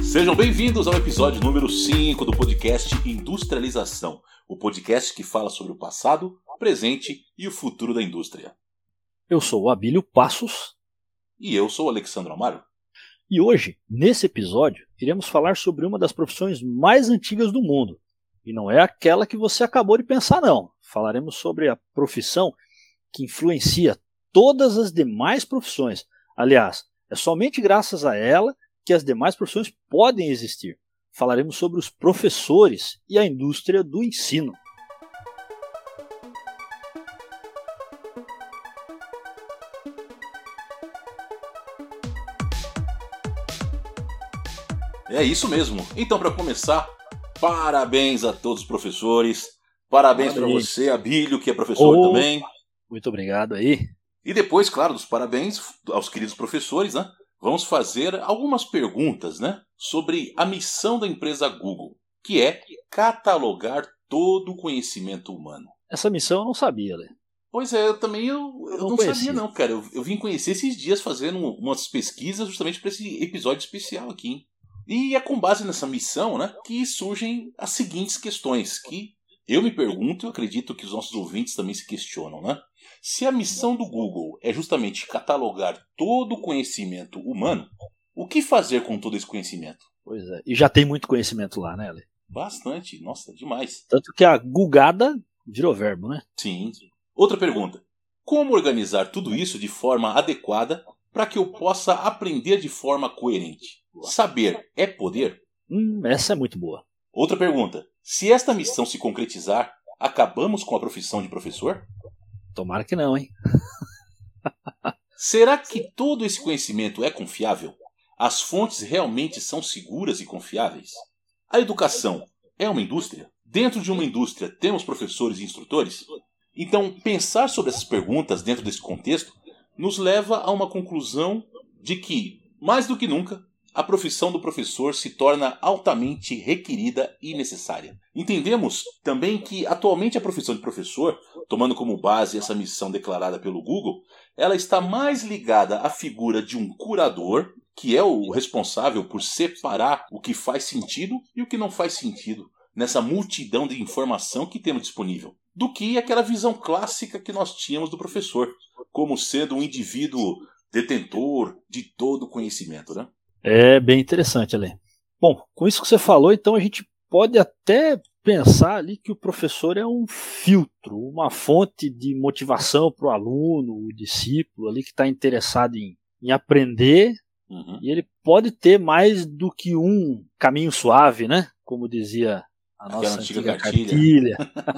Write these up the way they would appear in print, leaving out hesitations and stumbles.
Sejam bem-vindos ao episódio número 5 do podcast Industrialização, o podcast que fala sobre o passado, o presente e o futuro da indústria. Eu sou o Abílio Passos. E eu sou o Alexandre Amaro. E hoje, nesse episódio, iremos falar sobre uma das profissões mais antigas do mundo. E não é aquela que você acabou de pensar, não. Falaremos sobre a profissão que influencia todas as demais profissões. Aliás, é somente graças a ela que as demais profissões podem existir. Falaremos sobre os professores e a indústria do ensino. É isso mesmo. Então, para começar, parabéns a todos os professores. Parabéns para você, Abílio, que é professor também. Muito obrigado aí. E depois, claro, dos parabéns aos queridos professores, né? Vamos fazer algumas perguntas, né, sobre a missão da empresa Google, que é catalogar todo o conhecimento humano. Essa missão eu não sabia, Lê. Pois é, eu não sabia não, cara. Eu vim conhecer esses dias fazendo umas pesquisas justamente para esse episódio especial aqui, hein? E é com base nessa missão, né, que surgem as seguintes questões, que eu me pergunto e eu acredito que os nossos ouvintes também se questionam, né? Se a missão do Google é justamente catalogar todo o conhecimento humano, o que fazer com todo esse conhecimento? Pois é, e já tem muito conhecimento lá, né, Lê? Bastante, nossa, demais. Tanto que a gugada virou verbo, né? Sim. Outra pergunta. Como organizar tudo isso de forma adequada para que eu possa aprender de forma coerente? Saber é poder? Essa é muito boa. Outra pergunta. Se esta missão se concretizar, acabamos com a profissão de professor? Tomara que não, hein? Será que todo esse conhecimento é confiável? As fontes realmente são seguras e confiáveis? A educação é uma indústria? Dentro de uma indústria temos professores e instrutores? Então, pensar sobre essas perguntas dentro desse contexto nos leva a uma conclusão de que, mais do que nunca, a profissão do professor se torna altamente requerida e necessária. Entendemos também que atualmente a profissão de professor, tomando como base essa missão declarada pelo Google, ela está mais ligada à figura de um curador, que é o responsável por separar o que faz sentido e o que não faz sentido nessa multidão de informação que temos disponível, do que aquela visão clássica que nós tínhamos do professor, como sendo um indivíduo detentor de todo o conhecimento, né? É bem interessante, Ale. Bom, com isso que você falou, então a gente pode até pensar ali que o professor é um filtro, uma fonte de motivação para o aluno, o discípulo ali que está interessado em aprender. E ele pode ter mais do que um caminho suave, né? Como dizia a nossa antiga cartilha.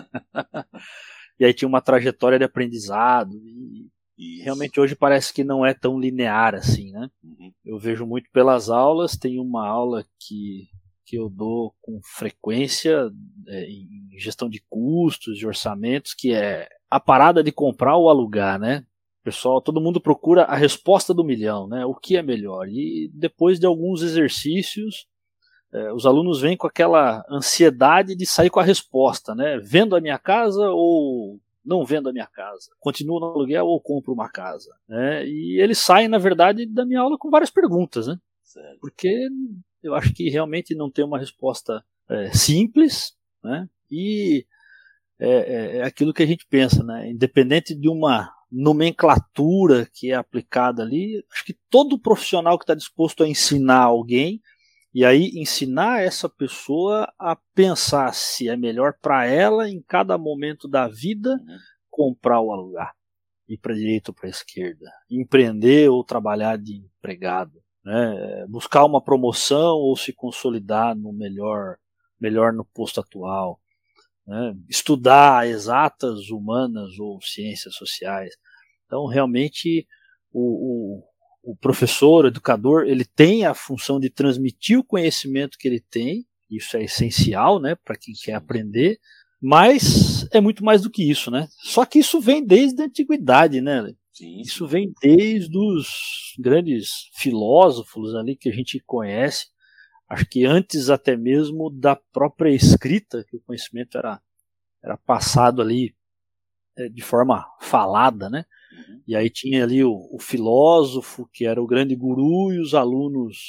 E aí tinha uma trajetória de aprendizado. E realmente hoje parece que não é tão linear assim, né? Eu vejo muito pelas aulas, tem uma aula que eu dou com frequência em gestão de custos, de orçamentos, que é a parada de comprar ou alugar, né? Pessoal, todo mundo procura a resposta do milhão, né? O que é melhor? E depois de alguns exercícios, os alunos vêm com aquela ansiedade de sair com a resposta, né? Vendo a minha casa ou não vendo a minha casa? Continuo no aluguel ou compro uma casa? E eles saem, na verdade, da minha aula com várias perguntas, né? Certo. Porque eu acho que realmente não tem uma resposta simples, né? E é aquilo que a gente pensa, né? Independente de uma nomenclatura que é aplicada ali, acho que todo profissional que está disposto a ensinar alguém, e aí ensinar essa pessoa a pensar se é melhor para ela em cada momento da vida comprar ou alugar, ir para a direita ou para a esquerda, empreender ou trabalhar de empregado, né? Buscar uma promoção ou se consolidar no melhor no posto atual, né? Estudar exatas, humanas ou ciências sociais. Então realmente o professor, o educador, ele tem a função de transmitir o conhecimento que ele tem, isso é essencial, né, para quem quer aprender, mas é muito mais do que isso, né? Só que isso vem desde a antiguidade, né? Sim. Isso vem desde os grandes filósofos ali que a gente conhece, acho que antes até mesmo da própria escrita, que o conhecimento era passado ali de forma falada, né? E aí tinha ali o filósofo, que era o grande guru, e os alunos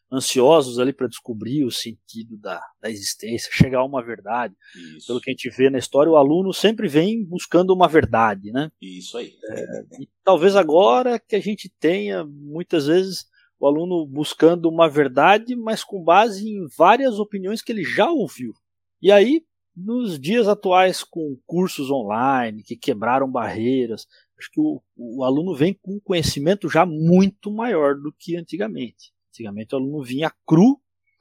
ansiosos ali para descobrir o sentido da existência, chegar a uma verdade. Isso. Pelo que a gente vê na história, o aluno sempre vem buscando uma verdade, né? Isso aí. E talvez agora que a gente tenha, muitas vezes, o aluno buscando uma verdade, mas com base em várias opiniões que ele já ouviu. E aí, nos dias atuais, com cursos online que quebraram barreiras, acho que o aluno vem com um conhecimento já muito maior do que antigamente. Antigamente o aluno vinha cru,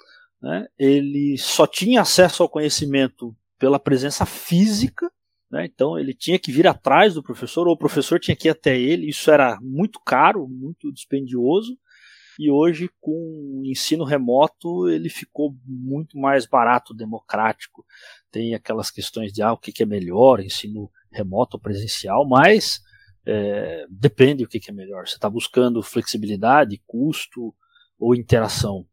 né? Ele só tinha acesso ao conhecimento pela presença física, né? Então ele tinha que vir atrás do professor, ou o professor tinha que ir até ele. Isso era muito caro, muito dispendioso. E hoje, com o ensino remoto, ele ficou muito mais barato, democrático. Tem aquelas questões de o que é melhor, ensino remoto ou presencial, mas depende o que é melhor. Você está buscando flexibilidade, custo ou interação,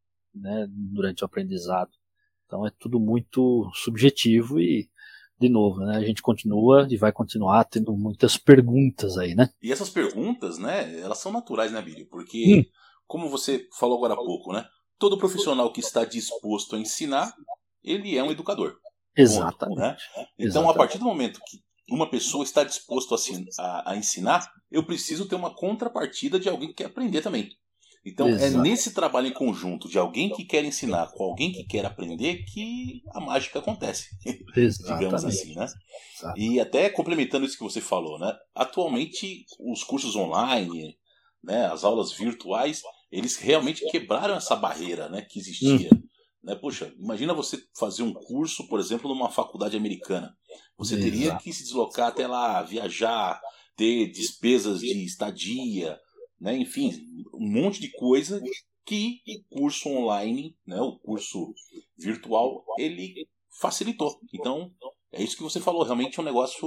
né, durante o aprendizado. Então é tudo muito subjetivo e, de novo, né, a gente continua e vai continuar tendo muitas perguntas aí, né? E essas perguntas, né, elas são naturais, né, Bílio? Porque, como você falou agora há pouco, né, todo profissional que está disposto a ensinar, ele é um educador. Exatamente. Né? Então, a partir do momento que uma pessoa está disposta a ensinar, eu preciso ter uma contrapartida de alguém que quer aprender também. Então, é nesse trabalho em conjunto de alguém que quer ensinar com alguém que quer aprender que a mágica acontece, digamos assim, né? Exato. E até complementando isso que você falou, né? Atualmente, os cursos online, né, as aulas virtuais, eles realmente quebraram essa barreira, né, que existia. Né? Poxa, imagina você fazer um curso, por exemplo, numa faculdade americana. Você teria que se deslocar até lá, viajar, ter despesas de estadia, né? Enfim, um monte de coisa que o curso online, né, o curso virtual, ele facilitou. Então, é isso que você falou, realmente é um negócio,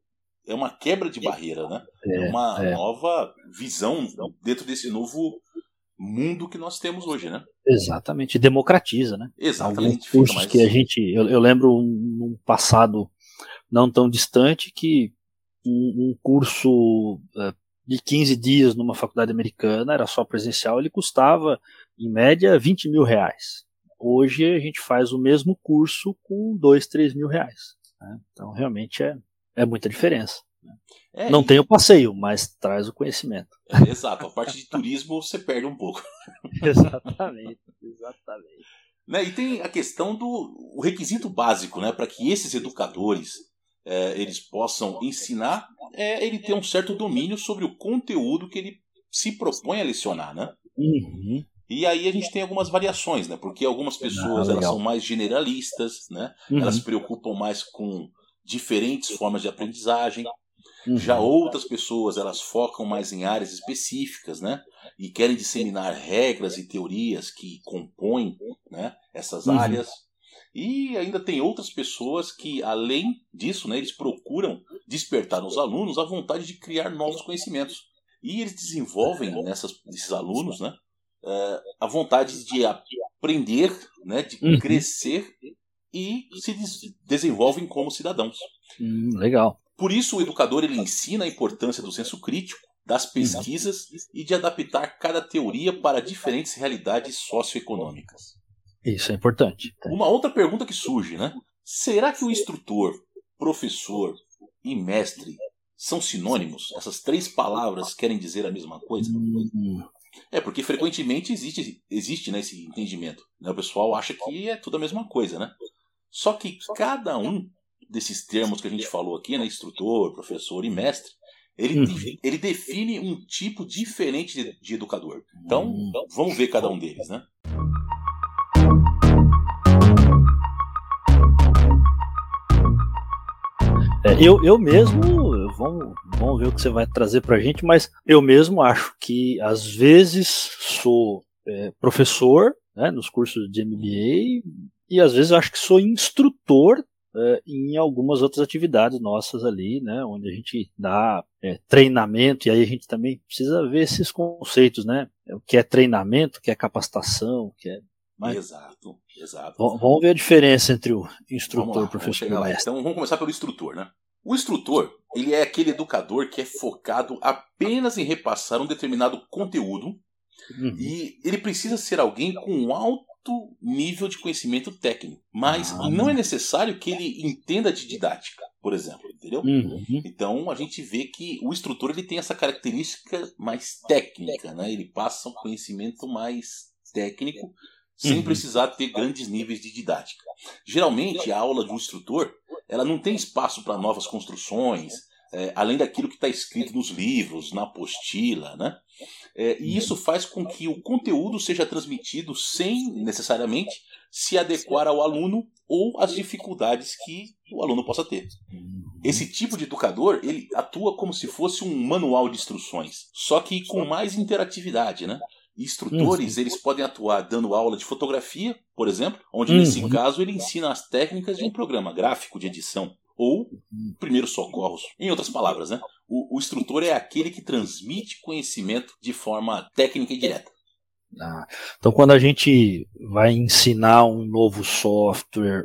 é uma quebra de barreira, né? É uma nova visão dentro desse novo mundo que nós temos hoje, né? Exatamente, democratiza, né? Exatamente. Alguns cursos que a gente, eu lembro num passado não tão distante que um curso de 15 dias numa faculdade americana, era só presencial, ele custava, em média, 20 mil reais. Hoje a gente faz o mesmo curso com 2, 3 mil reais. Né? Então, realmente é muita diferença. Né? Não tem o passeio, mas traz o conhecimento. Exato, a parte de turismo você perde um pouco. Exatamente. Né? E tem a questão do requisito básico, né, para que esses educadores eles possam ensinar, ele ter um certo domínio sobre o conteúdo que ele se propõe a lecionar, né? E aí a gente tem algumas variações, né? Porque algumas pessoas elas são mais generalistas, né? Elas se preocupam mais com diferentes formas de aprendizagem. Já outras pessoas elas focam mais em áreas específicas, né? E querem disseminar regras e teorias que compõem, né, essas áreas. E ainda tem outras pessoas que, além disso, né, eles procuram despertar nos alunos a vontade de criar novos conhecimentos. E eles desenvolvem nesses alunos, né, a vontade de aprender, né, de crescer e se desenvolvem como cidadãos. Legal. Por isso o educador ele ensina a importância do senso crítico, das pesquisas e de adaptar cada teoria para diferentes realidades socioeconômicas. Isso é importante. Uma outra pergunta que surge, né? Será que o instrutor, professor e mestre são sinônimos? Essas três palavras querem dizer a mesma coisa? Porque frequentemente existe, né, esse entendimento. Né? O pessoal acha que é tudo a mesma coisa, né? Só que cada um desses termos que a gente falou aqui, né, instrutor, professor e mestre, ele define um tipo diferente de educador. Então, vamos ver cada um deles, né? Eu mesmo, vamos ver o que você vai trazer pra gente, mas eu mesmo acho que às vezes sou professor, né, nos cursos de MBA, e às vezes eu acho que sou instrutor em algumas outras atividades nossas ali, né, onde a gente dá treinamento, e aí a gente também precisa ver esses conceitos, né, o que é treinamento, o que é capacitação, o que é... Mas... Exato. Vamos ver a diferença entre o instrutor, professor e mestre. Então vamos começar pelo instrutor, né? O instrutor, ele é aquele educador que é focado apenas em repassar um determinado conteúdo E ele precisa ser alguém com um alto nível de conhecimento técnico, mas não é necessário que ele entenda de didática, por exemplo, entendeu? Então a gente vê que o instrutor ele tem essa característica mais técnica, né? Ele passa um conhecimento mais técnico sem precisar ter grandes níveis de didática. Geralmente a aula de um instrutor ela não tem espaço para novas construções, além daquilo que está escrito nos livros, na apostila, né? E isso faz com que o conteúdo seja transmitido sem necessariamente se adequar ao aluno ou às dificuldades que o aluno possa ter. Esse tipo de educador ele atua como se fosse um manual de instruções, só que com mais interatividade, né? Instrutores eles podem atuar dando aula de fotografia, por exemplo, onde nesse caso ele ensina as técnicas de um programa gráfico de edição ou primeiros socorros. Em outras palavras, né? O instrutor é aquele que transmite conhecimento de forma técnica e direta. Então, quando a gente vai ensinar um novo software,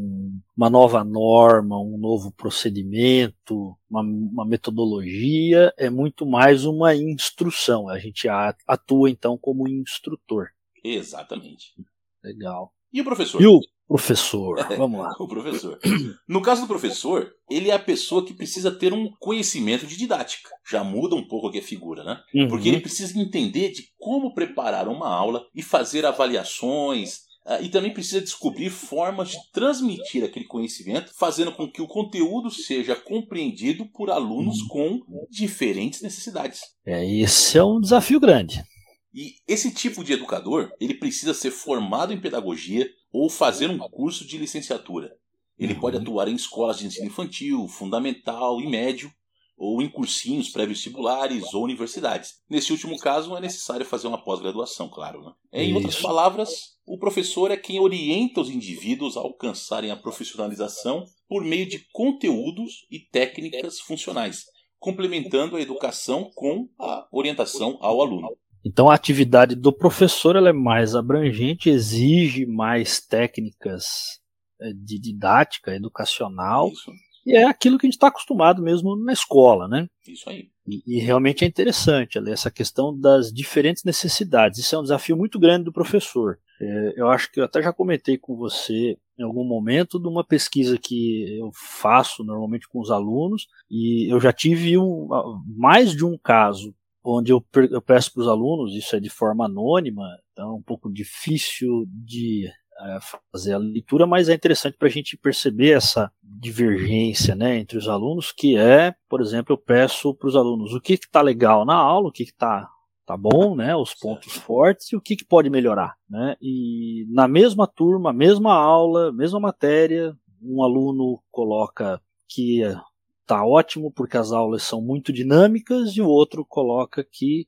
uma nova norma, um novo procedimento, uma metodologia, é muito mais uma instrução. A gente atua, então, como instrutor. Exatamente. Legal. E o professor? E o professor? Vamos lá. O professor. No caso do professor, ele é a pessoa que precisa ter um conhecimento de didática. Já muda um pouco aqui a figura, né? Porque ele precisa entender de como preparar uma aula e fazer avaliações, e também precisa descobrir formas de transmitir aquele conhecimento, fazendo com que o conteúdo seja compreendido por alunos com diferentes necessidades. Esse é um desafio grande. E esse tipo de educador, ele precisa ser formado em pedagogia ou fazer um curso de licenciatura. Ele pode atuar em escolas de ensino infantil, fundamental e médio, ou em cursinhos pré-vestibulares ou universidades. Nesse último caso, é necessário fazer uma pós-graduação, claro. Né? Em outras palavras, o professor é quem orienta os indivíduos a alcançarem a profissionalização por meio de conteúdos e técnicas funcionais, complementando a educação com a orientação ao aluno. Então a atividade do professor ela é mais abrangente, exige mais técnicas de didática educacional. Isso. E é aquilo que a gente está acostumado mesmo na escola, né? Isso aí. E realmente é interessante essa questão das diferentes necessidades. Isso é um desafio muito grande do professor. Eu acho que eu até já comentei com você em algum momento de uma pesquisa que eu faço normalmente com os alunos, e eu já tive mais de um caso onde eu peço para os alunos, isso é de forma anônima, então é um pouco difícil de fazer a leitura, mas é interessante para a gente perceber essa divergência, né, entre os alunos, que por exemplo, eu peço para os alunos o que está legal na aula, o que está bom, né, os pontos fortes e o que pode melhorar, né, e na mesma turma, mesma aula, mesma matéria, um aluno coloca que está ótimo porque as aulas são muito dinâmicas e o outro coloca que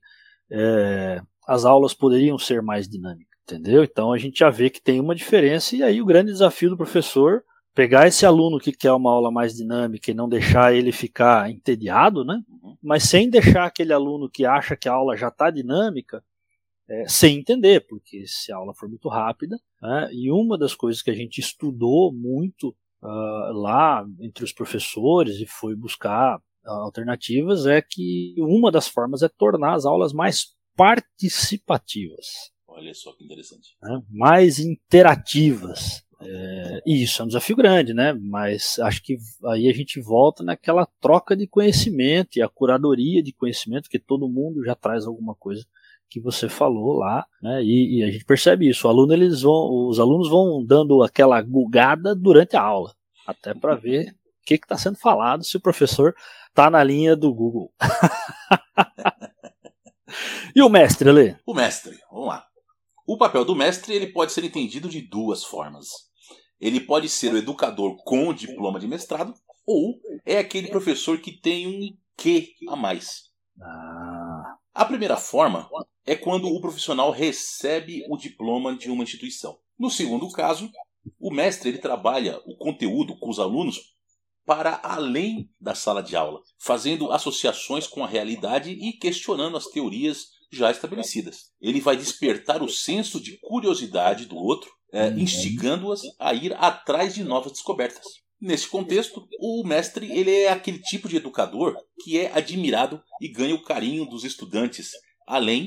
as aulas poderiam ser mais dinâmicas, entendeu? Então a gente já vê que tem uma diferença, e aí o grande desafio do professor pegar esse aluno que quer uma aula mais dinâmica e não deixar ele ficar entediado, né? Mas sem deixar aquele aluno que acha que a aula já está dinâmica sem entender, porque se a aula for muito rápida, né? E uma das coisas que a gente estudou muito lá entre os professores e foi buscar alternativas é que uma das formas é tornar as aulas mais participativas. Olha só que interessante. Né? Mais interativas. E isso é um desafio grande, né? Mas acho que aí a gente volta naquela troca de conhecimento e a curadoria de conhecimento, que todo mundo já traz alguma coisa que você falou lá, né? E a gente percebe isso. Os alunos vão dando aquela gugada durante a aula, até para ver o que está sendo falado, se o professor está na linha do Google. E o mestre, Alê? O mestre, vamos lá. O papel do mestre ele pode ser entendido de duas formas. Ele pode ser o educador com diploma de mestrado, ou é aquele professor que tem um quê a mais. A primeira forma é quando o profissional recebe o diploma de uma instituição. No segundo caso, o mestre ele trabalha o conteúdo com os alunos para além da sala de aula, fazendo associações com a realidade e questionando as teorias já estabelecidas. Ele vai despertar o senso de curiosidade do outro, instigando-as a ir atrás de novas descobertas. Nesse contexto, o mestre ele é aquele tipo de educador que é admirado e ganha o carinho dos estudantes, além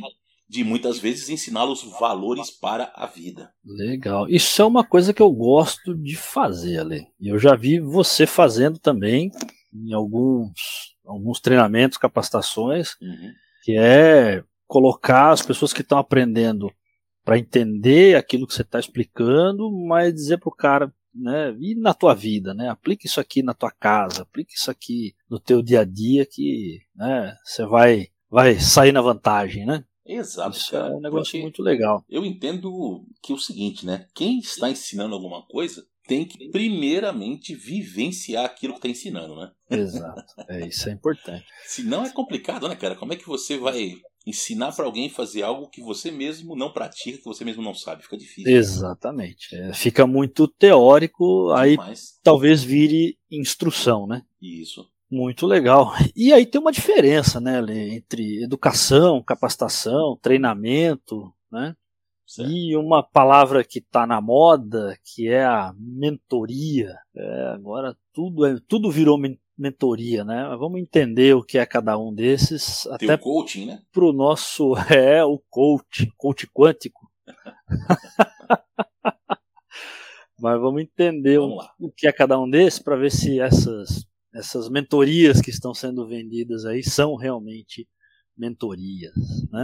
de muitas vezes ensiná-los valores para a vida. Legal. Isso é uma coisa que eu gosto de fazer, Ale. E eu já vi você fazendo também em alguns treinamentos, capacitações, que é colocar as pessoas que estão aprendendo para entender aquilo que você está explicando, mas dizer para o cara, né, e na tua vida, né, aplica isso aqui na tua casa, aplica isso aqui no teu dia a dia, que, né, você vai sair na vantagem, né? Exato, isso cara, é um negócio muito legal. Eu entendo que é o seguinte, né? Quem está ensinando alguma coisa tem que primeiramente vivenciar aquilo que está ensinando, né? Exato, isso é importante. Senão é complicado, né, cara? Como é que você vai ensinar para alguém fazer algo que você mesmo não pratica, que você mesmo não sabe? Fica difícil. Exatamente. Fica muito teórico, aí talvez vire instrução, né? Isso. Muito legal. E aí tem uma diferença, né, entre educação, capacitação, treinamento, né? Certo. E uma palavra que está na moda, que é a mentoria. Agora tudo virou mentoria, né? Mas vamos entender o que é cada um desses. Tem até o coaching, né? Para o nosso o coach quântico. Mas vamos entender o que é cada um desses para ver se essas mentorias que estão sendo vendidas aí são realmente mentorias, né?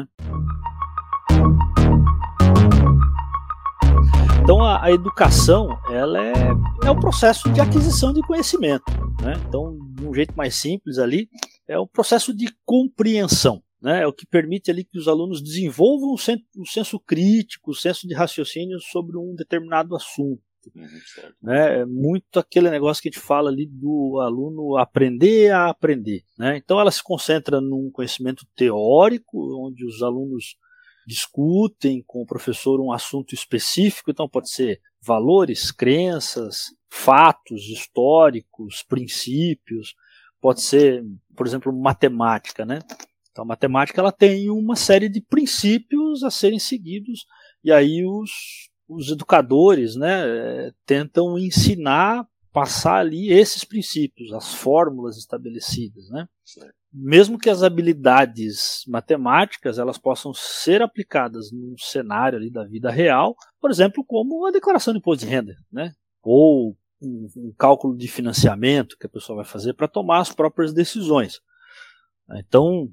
Então a educação, ela é um processo de aquisição de conhecimento, né? Então, de um jeito mais simples ali, é um processo de compreensão, né? É o que permite ali que os alunos desenvolvam o senso crítico, o senso de raciocínio sobre um determinado assunto. Né? É muito aquele negócio que a gente fala ali do aluno aprender a aprender, né? Então ela se concentra num conhecimento teórico, onde os alunos discutem com o professor um assunto específico, então pode ser valores, crenças, fatos históricos, princípios, pode ser, por exemplo, matemática, né? Então a matemática ela tem uma série de princípios a serem seguidos, e aí os educadores, né, tentam ensinar, passar ali esses princípios, as fórmulas estabelecidas, né? Mesmo que as habilidades matemáticas elas possam ser aplicadas num cenário ali da vida real, por exemplo, como a declaração de imposto de renda, né? Ou um cálculo de financiamento que a pessoa vai fazer para tomar as próprias decisões. Então,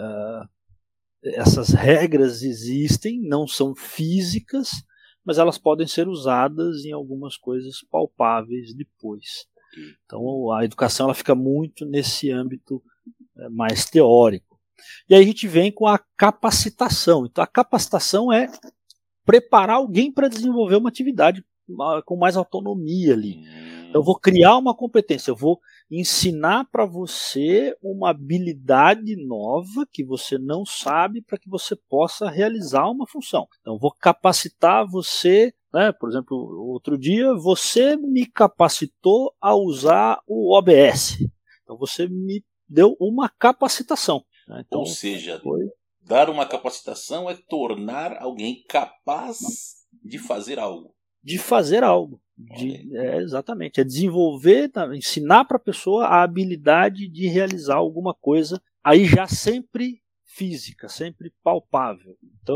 essas regras existem, não são físicas, mas elas podem ser usadas em algumas coisas palpáveis depois. Então a educação ela fica muito nesse âmbito mais teórico. E aí a gente vem com a capacitação. Então a capacitação é preparar alguém para desenvolver uma atividade com mais autonomia ali. Eu vou criar uma competência, eu vou ensinar para você uma habilidade nova que você não sabe para que você possa realizar uma função. Então, eu vou capacitar você, né? Por exemplo, outro dia você me capacitou a usar o OBS. Então, você me deu uma capacitação. Né? Então, ou seja, dar uma capacitação é tornar alguém capaz de fazer algo. De fazer algo. Exatamente, é desenvolver, ensinar para a pessoa a habilidade de realizar alguma coisa, aí já sempre física, sempre palpável. Então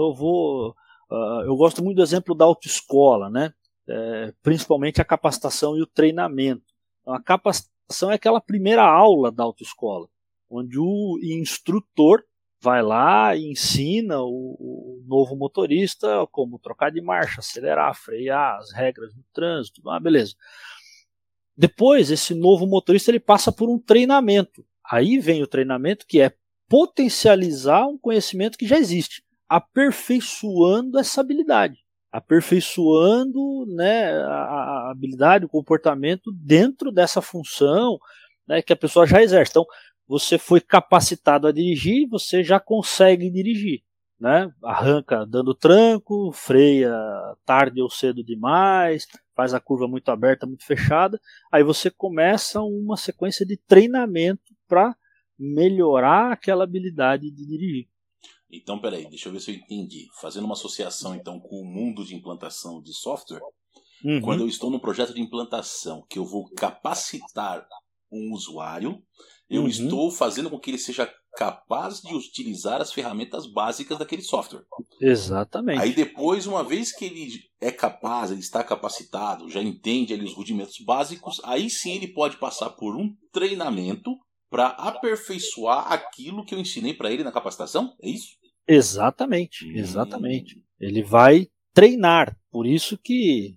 eu gosto muito do exemplo da autoescola, né? Principalmente a capacitação e o treinamento. Então, a capacitação é aquela primeira aula da autoescola, onde o instrutor vai lá e ensina o novo motorista como trocar de marcha, acelerar, frear, as regras do trânsito, beleza. Depois, esse novo motorista ele passa por um treinamento. Aí vem o treinamento que é potencializar um conhecimento que já existe, aperfeiçoando essa habilidade, aperfeiçoando, né, a habilidade, o comportamento dentro dessa função, né, que a pessoa já exerce. Então, você foi capacitado a dirigir, você já consegue dirigir, né? Arranca dando tranco, freia tarde ou cedo demais, faz a curva muito aberta, muito fechada, aí você começa uma sequência de treinamento para melhorar aquela habilidade de dirigir. Então, peraí, deixa eu ver se eu entendi. Fazendo uma associação então com o mundo de implantação de software, quando eu estou num projeto de implantação que eu vou capacitar um usuário, Eu estou fazendo com que ele seja capaz de utilizar as ferramentas básicas daquele software. Exatamente. Aí depois, uma vez que ele é capaz, ele está capacitado, já entende ali os rudimentos básicos, aí sim ele pode passar por um treinamento para aperfeiçoar aquilo que eu ensinei para ele na capacitação? É isso? Exatamente, exatamente. Ele vai treinar. Por isso que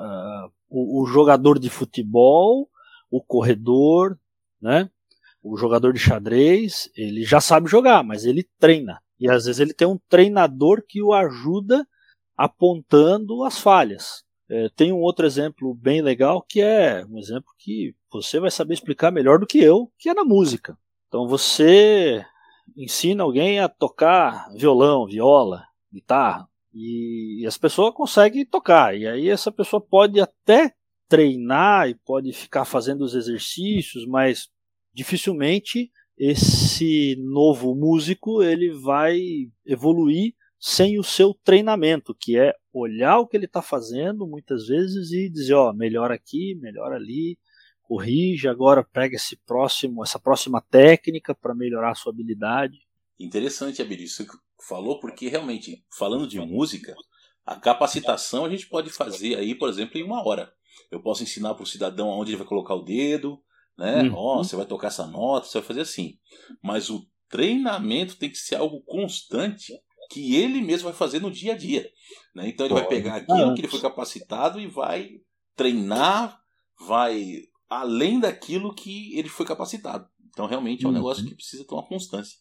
o jogador de futebol, o corredor, né? O jogador de xadrez, ele já sabe jogar, mas ele treina. E às vezes ele tem um treinador que o ajuda apontando as falhas. Tem um outro exemplo bem legal, que é um exemplo que você vai saber explicar melhor do que eu, que é na música. Então você ensina alguém a tocar violão, viola, guitarra, e as pessoas conseguem tocar. E aí essa pessoa pode até treinar e pode ficar fazendo os exercícios, mas dificilmente esse novo músico ele vai evoluir sem o seu treinamento, que é olhar o que ele está fazendo muitas vezes e dizer, ó, melhor aqui, melhor ali, corrige, agora pega essa próxima técnica para melhorar a sua habilidade. Interessante, Abílio, isso que falou, porque realmente, falando de música, a capacitação a gente pode fazer aí, por exemplo, em 1 hora. Eu posso ensinar para o cidadão onde ele vai colocar o dedo, né? Você vai tocar essa nota, você vai fazer assim. Mas o treinamento tem que ser algo constante que ele mesmo vai fazer no dia a dia, né? Então ele vai pegar aquilo que ele foi capacitado e vai treinar, vai além daquilo que ele foi capacitado. Então realmente é um negócio que precisa ter uma constância.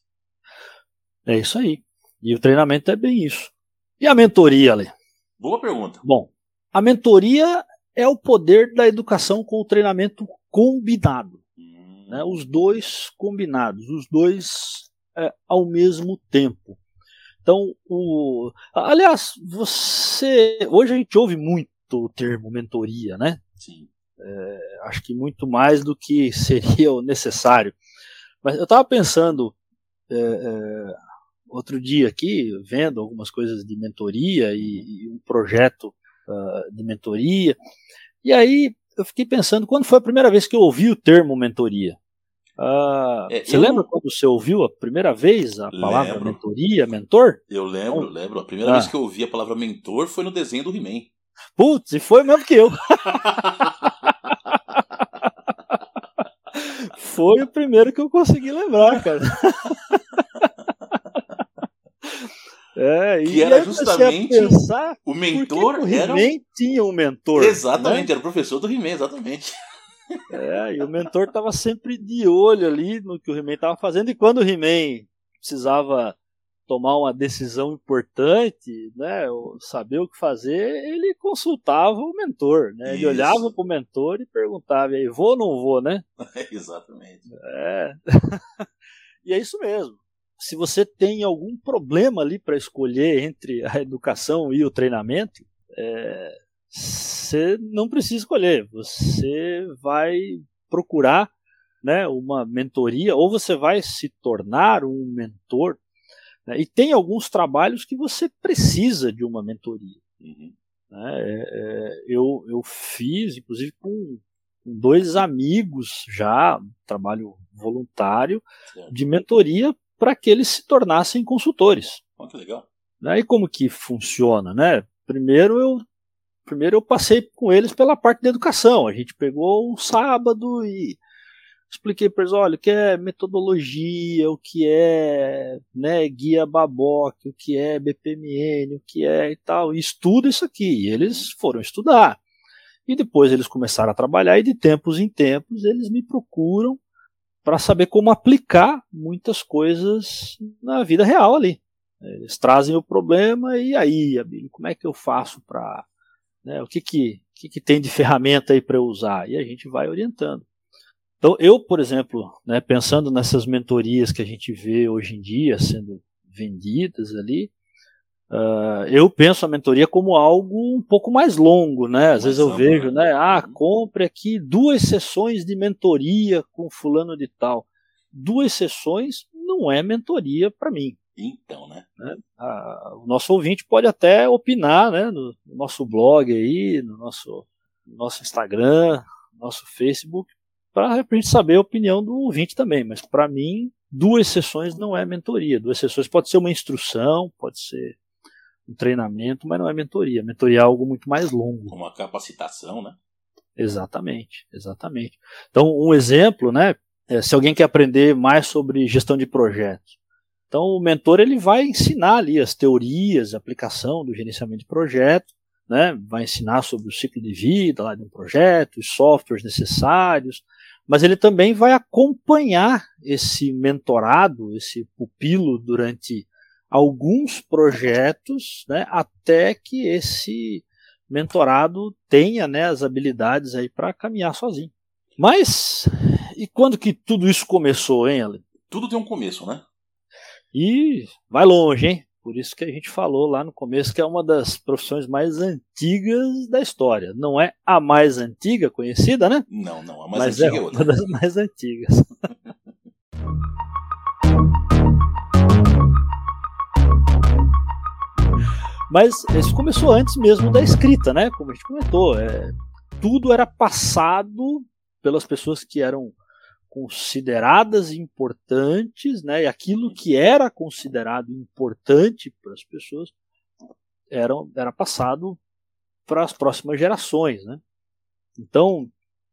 É isso aí. E o treinamento é bem isso. E a mentoria, Ale? Boa pergunta. Bom, a mentoria é o poder da educação com o treinamento combinado. Né? Os dois combinados, os dois ao mesmo tempo. Então, aliás, hoje a gente ouve muito o termo mentoria, né? Sim. Acho que muito mais do que seria o necessário. Mas eu estava pensando outro dia aqui, vendo algumas coisas de mentoria e um projeto de mentoria. E aí eu fiquei pensando, quando foi a primeira vez que eu ouvi o termo mentoria? Você lembra quando você ouviu a primeira vez a palavra mentoria, mentor? Eu lembro. A primeira vez que eu ouvi a palavra mentor foi no desenho do He-Man. Putz, e foi mesmo que eu. Foi o primeiro que eu consegui lembrar, cara. Que era justamente o mentor. O He-Man tinha um mentor. Exatamente, né? era o professor do He-Man, exatamente. E o mentor estava sempre de olho ali no que o He-Man estava fazendo, e quando o He-Man precisava tomar uma decisão importante, né, saber o que fazer, ele consultava o mentor, né? Ele olhava para o mentor e perguntava, e aí, vou ou não vou, né? Exatamente. E é isso mesmo. Se você tem algum problema ali para escolher entre a educação e o treinamento, você não precisa escolher. Você vai procurar, né, uma mentoria, ou você vai se tornar um mentor. Né, e tem alguns trabalhos que você precisa de uma mentoria. Eu fiz, inclusive, com 2 amigos já, trabalho voluntário, de mentoria para que eles se tornassem consultores. Que legal. E como que funciona? Né? Primeiro eu passei com eles pela parte da educação. A gente pegou um sábado e expliquei para eles, olha, o que é metodologia, o que é, né, guia Baboc, o que é BPMN, o que é e tal. E estuda isso aqui. E eles foram estudar. E depois eles começaram a trabalhar e de tempos em tempos eles me procuram para saber como aplicar muitas coisas na vida real ali. Eles trazem o problema e aí, Abílio, como é que eu faço para... Né, o que tem de ferramenta aí para eu usar? E a gente vai orientando. Então eu, por exemplo, né, pensando nessas mentorias que a gente vê hoje em dia sendo vendidas ali, eu penso a mentoria como algo um pouco mais longo, né? Às vezes eu vejo, né? Compre aqui 2 sessões de mentoria com fulano de tal. 2 sessões não é mentoria para mim. Então, né? O nosso ouvinte pode até opinar, né? No nosso blog aí, no nosso Instagram, no nosso Facebook. para a gente saber a opinião do ouvinte também, mas para mim 2 sessões não é mentoria. 2 sessões pode ser uma instrução, pode ser um treinamento, mas não é mentoria. Mentoria é algo muito mais longo. Uma capacitação, né? Exatamente. Então, um exemplo, né? Se alguém quer aprender mais sobre gestão de projetos, então o mentor ele vai ensinar ali as teorias, a aplicação do gerenciamento de projeto, né? Vai ensinar sobre o ciclo de vida lá de um projeto, os softwares necessários, mas ele também vai acompanhar esse mentorado, esse pupilo durante alguns projetos, né, até que esse mentorado tenha, né, as habilidades aí para caminhar sozinho. Mas e quando que tudo isso começou, hein, Alan? Tudo tem um começo, né? E vai longe, hein? Por isso que a gente falou lá no começo que é uma das profissões mais antigas da história. Não é a mais antiga conhecida, né? Não, a mais mas antiga é é outra. Uma das mais antigas. Mas isso começou antes mesmo da escrita, né? Como a gente comentou, tudo era passado pelas pessoas que eram consideradas importantes, né? E aquilo que era considerado importante para as pessoas era passado para as próximas gerações, né? Então,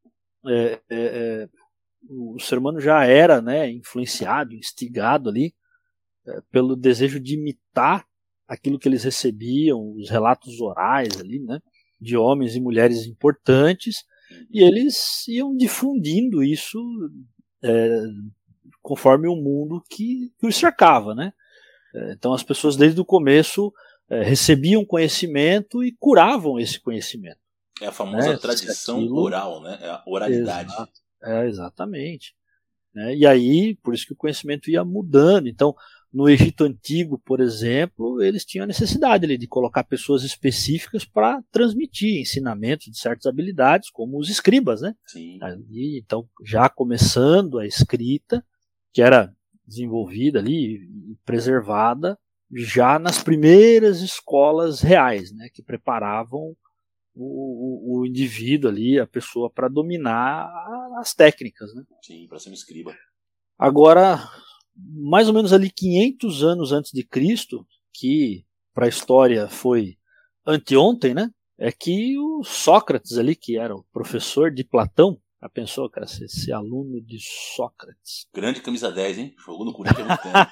o ser humano já era, né, influenciado, instigado ali pelo desejo de imitar aquilo que eles recebiam, os relatos orais ali, né, de homens e mulheres importantes, e eles iam difundindo isso conforme o mundo que os cercava, né? Então as pessoas desde o começo recebiam conhecimento e curavam esse conhecimento. É a famosa tradição oral, né? É a oralidade. Exatamente. E aí, por isso que o conhecimento ia mudando. Então, no Egito Antigo, por exemplo, eles tinham a necessidade ali, de colocar pessoas específicas para transmitir ensinamentos de certas habilidades, como os escribas, né? Sim. Ali, então, já começando a escrita, que era desenvolvida ali e preservada já nas primeiras escolas reais, né? Que preparavam o indivíduo ali, a pessoa, para dominar as técnicas, né? Sim, para ser um escriba. Agora, mais ou menos ali 500 anos antes de Cristo, que para a história foi anteontem, né? É que o Sócrates ali, que era o professor de Platão, já pensou, cara, ser aluno de Sócrates? Grande camisa 10, hein? Jogou no Corinthians há muito tempo.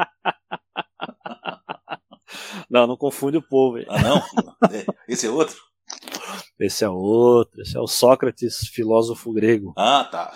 Não confunde o povo. Hein? Ah, não? Esse é outro? Esse é outro, esse é o Sócrates, filósofo grego. Ah, tá.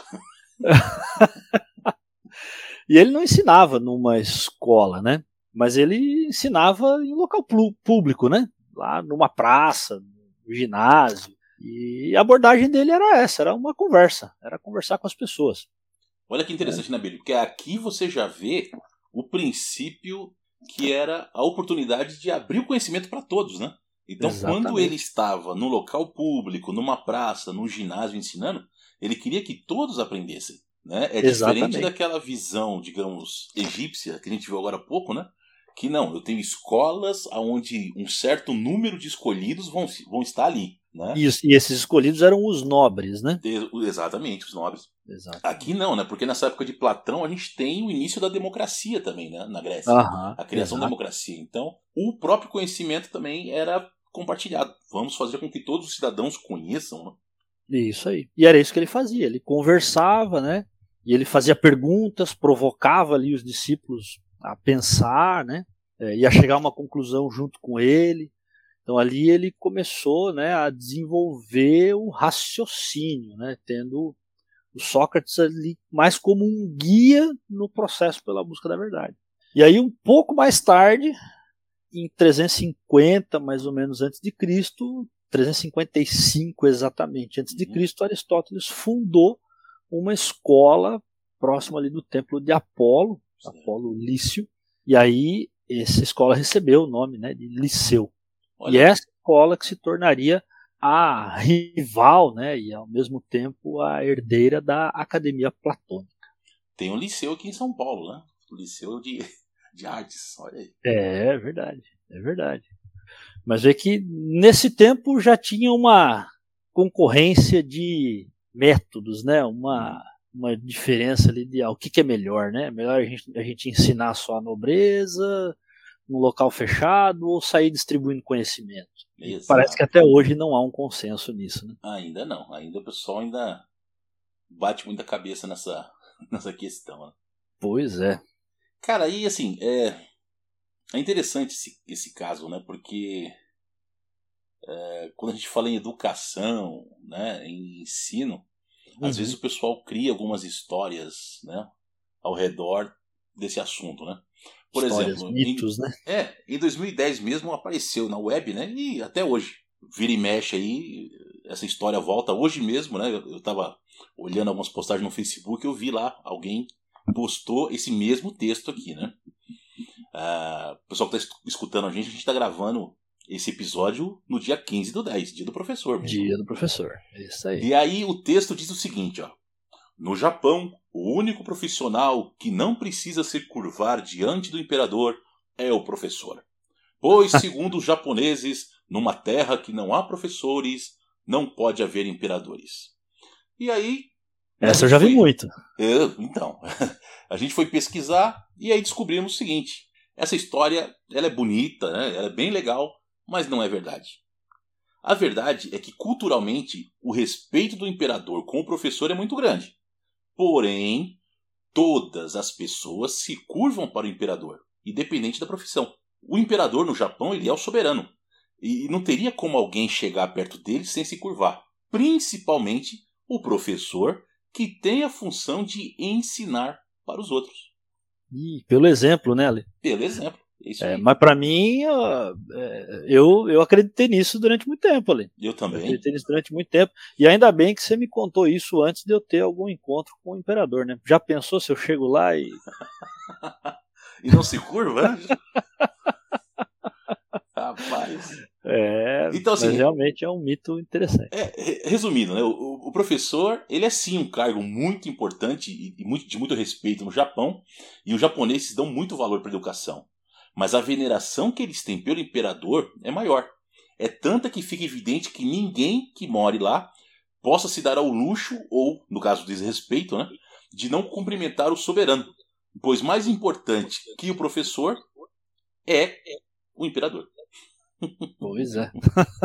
E ele não ensinava numa escola, né? Mas ele ensinava em local público, né? Lá numa praça, no ginásio. E a abordagem dele era essa, era uma conversa, era conversar com as pessoas. Olha que interessante, Nabil, porque aqui você já vê o princípio que era a oportunidade de abrir o conhecimento para todos, né? Então, Exatamente. Quando ele estava no local público, numa praça, num ginásio ensinando, ele queria que todos aprendessem. Né? É diferente daquela visão, digamos, egípcia, que a gente viu agora há pouco, né? Que não, eu tenho escolas onde um certo número de escolhidos vão estar ali. Né? Isso, e esses escolhidos eram os nobres, né? Exatamente, os nobres. Exatamente. Aqui não, né? Porque nessa época de Platão a gente tem o início da democracia também, né? Na Grécia. A criação da democracia. Então, o próprio conhecimento também era compartilhado. Vamos fazer com que todos os cidadãos conheçam, né? Isso aí. E era isso que ele fazia. Ele conversava, né? E ele fazia perguntas, provocava ali os discípulos a pensar, né? E a chegar a uma conclusão junto com ele. Então ali ele começou, né, a desenvolver o raciocínio, né? Tendo o Sócrates ali mais como um guia no processo pela busca da verdade. E aí um pouco mais tarde, em 350 mais ou menos antes de Cristo, 355 exatamente antes de Cristo, Aristóteles fundou uma escola próxima ali do templo de Apolo Lício, e aí essa escola recebeu o nome, né, de Liceu. Olha. E essa escola que se tornaria a rival, né, e ao mesmo tempo a herdeira da Academia Platônica. Tem um liceu aqui em São Paulo, né? O Liceu de Artes, olha aí. É verdade. Mas é que nesse tempo já tinha uma concorrência de métodos, né? Uma diferença ali de o que é melhor, né? Melhor a gente ensinar só a nobreza num local fechado ou sair distribuindo conhecimento. Parece que até hoje não há um consenso nisso, né? Ainda não. Ainda o pessoal ainda bate muita cabeça nessa questão, né? Pois é. Cara, e assim, é interessante esse caso, né? Porque quando a gente fala em educação, né, em ensino, às vezes o pessoal cria algumas histórias, né, ao redor desse assunto, né? Por Histórias, exemplo, mitos, né? em 2010 mesmo apareceu na web, né? E até hoje, vira e mexe aí, essa história volta hoje mesmo, né? Eu tava olhando algumas postagens no Facebook e eu vi lá, alguém postou esse mesmo texto aqui, né? O pessoal que tá escutando a gente tá gravando esse episódio no dia 15/10, dia do professor mesmo. Dia do professor, isso aí. E aí o texto diz o seguinte, ó. No Japão, o único profissional que não precisa se curvar diante do imperador é o professor. Pois, segundo os japoneses, numa terra que não há professores, não pode haver imperadores. E aí... Essa eu já vi muito. Então, a gente foi pesquisar e aí descobrimos o seguinte. Essa história, ela é bonita, né? Ela é bem legal, mas não é verdade. A verdade é que, culturalmente, o respeito do imperador com o professor é muito grande. Porém, todas as pessoas se curvam para o imperador, independente da profissão. O imperador no Japão, ele é o soberano. E não teria como alguém chegar perto dele sem se curvar. Principalmente o professor, que tem a função de ensinar para os outros. E pelo exemplo, né, Ale? Pelo exemplo. Mas para mim, eu acreditei nisso durante muito tempo, Ale. Eu também. Eu acreditei nisso durante muito tempo. E ainda bem que você me contou isso antes de eu ter algum encontro com o imperador, né? Já pensou se eu chego lá e... e não se curva, né? Rapaz. Então, assim, mas realmente é um mito interessante. Resumindo, né, o professor, ele é sim um cargo muito importante e de muito respeito no Japão, e os japoneses dão muito valor para a educação. Mas a veneração que eles têm pelo imperador é maior. É tanta que fica evidente que ninguém que more lá possa se dar ao luxo, ou, no caso do desrespeito, né, de não cumprimentar o soberano. Pois mais importante que o professor é o imperador. Pois é.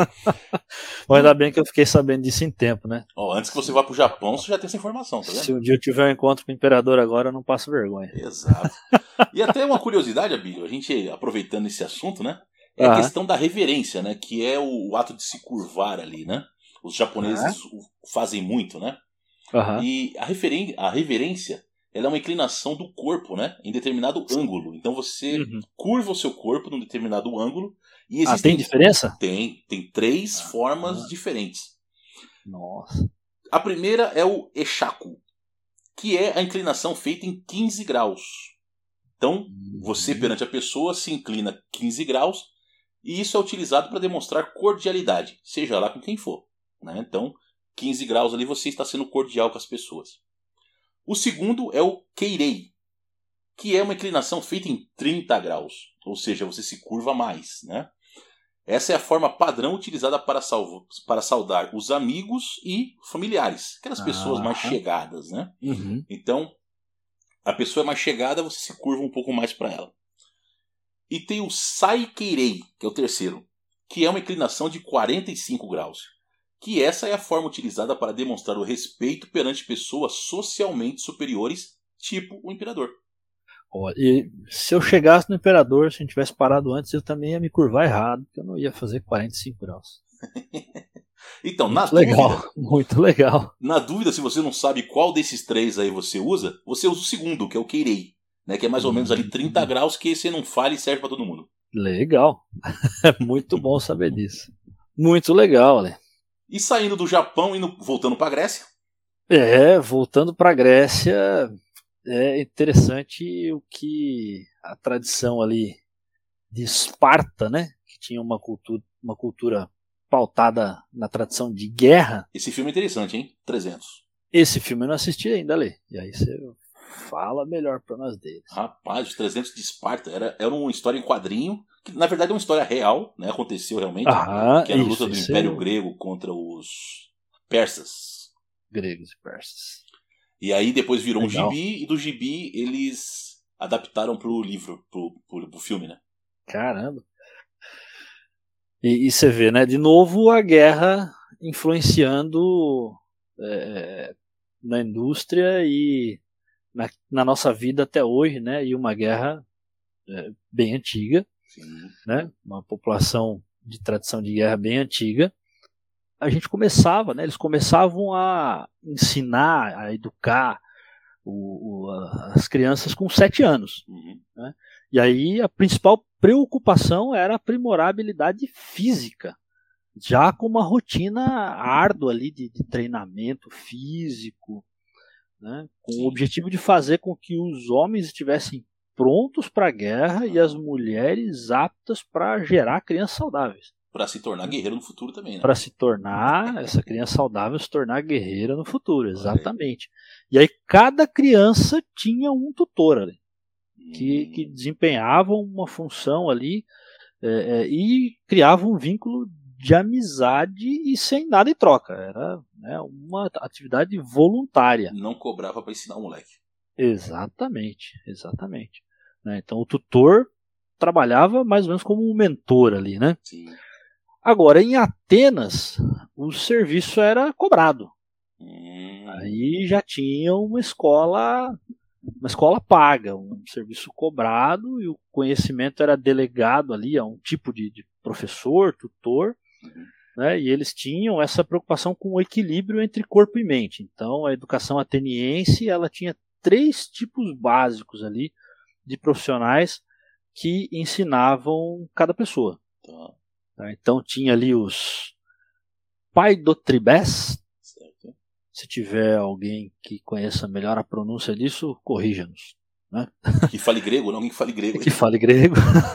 Mas ainda bem que eu fiquei sabendo disso em tempo, né? Antes que você vá pro Japão, você já tem essa informação, tá vendo? Se um dia eu tiver um encontro com o imperador agora, eu não passo vergonha. Exato. E até uma curiosidade, Abílio, a gente aproveitando esse assunto, né? É a questão da reverência, né? Que é o ato de se curvar ali, né? Os japoneses fazem muito, né? E a reverência, ela é uma inclinação do corpo, né? Em determinado ângulo. Então você curva o seu corpo num determinado ângulo. E tem diferença? Tem 3 formas diferentes. Nossa. A primeira é o Eshaku, que é a inclinação feita em 15 graus. Então, você perante a pessoa se inclina 15 graus e isso é utilizado para demonstrar cordialidade, seja lá com quem for, né? Então, 15 graus ali você está sendo cordial com as pessoas. O segundo é o Keirei, que é uma inclinação feita em 30 graus, ou seja, você se curva mais, né? Essa é a forma padrão utilizada para saudar os amigos e familiares, aquelas pessoas mais chegadas, né? Então, a pessoa é mais chegada, você se curva um pouco mais para ela. E tem o Saikeirei, que é o terceiro, que é uma inclinação de 45 graus. Que essa é a forma utilizada para demonstrar o respeito perante pessoas socialmente superiores, tipo o imperador. E se eu chegasse no imperador, se a gente tivesse parado antes, eu também ia me curvar errado, porque eu não ia fazer 45 graus. Então, muito legal. Na dúvida, se você não sabe qual desses 3 aí você usa o segundo, que é o Keirei, né, que é mais ou menos ali 30 graus, que você não falha e serve para todo mundo. Legal. É muito bom saber disso. Muito legal, né? E saindo do Japão e voltando para a Grécia? Voltando para a Grécia, é interessante o que a tradição ali de Esparta, né, que tinha uma cultura pautada na tradição de guerra. Esse filme é interessante, hein? 300. Esse filme eu não assisti ainda, Lê. E aí você fala melhor para nós deles. Rapaz, os 300 de Esparta era uma história em quadrinho, que na verdade é uma história real, né? Aconteceu realmente, que era a luta do Império Grego contra os persas. Gregos e persas. E aí depois virou Legal. um gibi, e do gibi eles adaptaram pro livro, pro filme, né? Caramba. E você vê, né? De novo a guerra influenciando na indústria e na nossa vida até hoje, né? E uma guerra bem antiga, Sim. né? Uma população de tradição de guerra bem antiga. A gente começava, né? Eles começavam a ensinar, a educar as crianças com 7 anos. Uhum. Né? E aí a principal preocupação era aprimorar a habilidade física, já com uma rotina árdua ali de treinamento físico, né? Com o objetivo de fazer com que os homens estivessem prontos para a guerra e as mulheres aptas para gerar crianças saudáveis. Para se tornar guerreiro no futuro também, né? Para se tornar, essa criança saudável se tornar guerreira no futuro, exatamente. E aí cada criança tinha um tutor ali, que desempenhava uma função ali e criava um vínculo de amizade e sem nada em troca. Era, né, uma atividade voluntária. Não cobrava para ensinar o moleque. Exatamente. Né, então o tutor trabalhava mais ou menos como um mentor ali, né? Sim. Agora, em Atenas, o serviço era cobrado. Aí já tinha uma escola paga, um serviço cobrado, e o conhecimento era delegado ali a um tipo de professor, tutor, né, e eles tinham essa preocupação com o equilíbrio entre corpo e mente. Então, a educação ateniense ela tinha 3 tipos básicos ali de profissionais que ensinavam cada pessoa. Então tinha ali os paidotribés. Se tiver alguém que conheça melhor a pronúncia disso, corrija-nos. Né? Que fale grego, não alguém que fale grego. Que fale grego.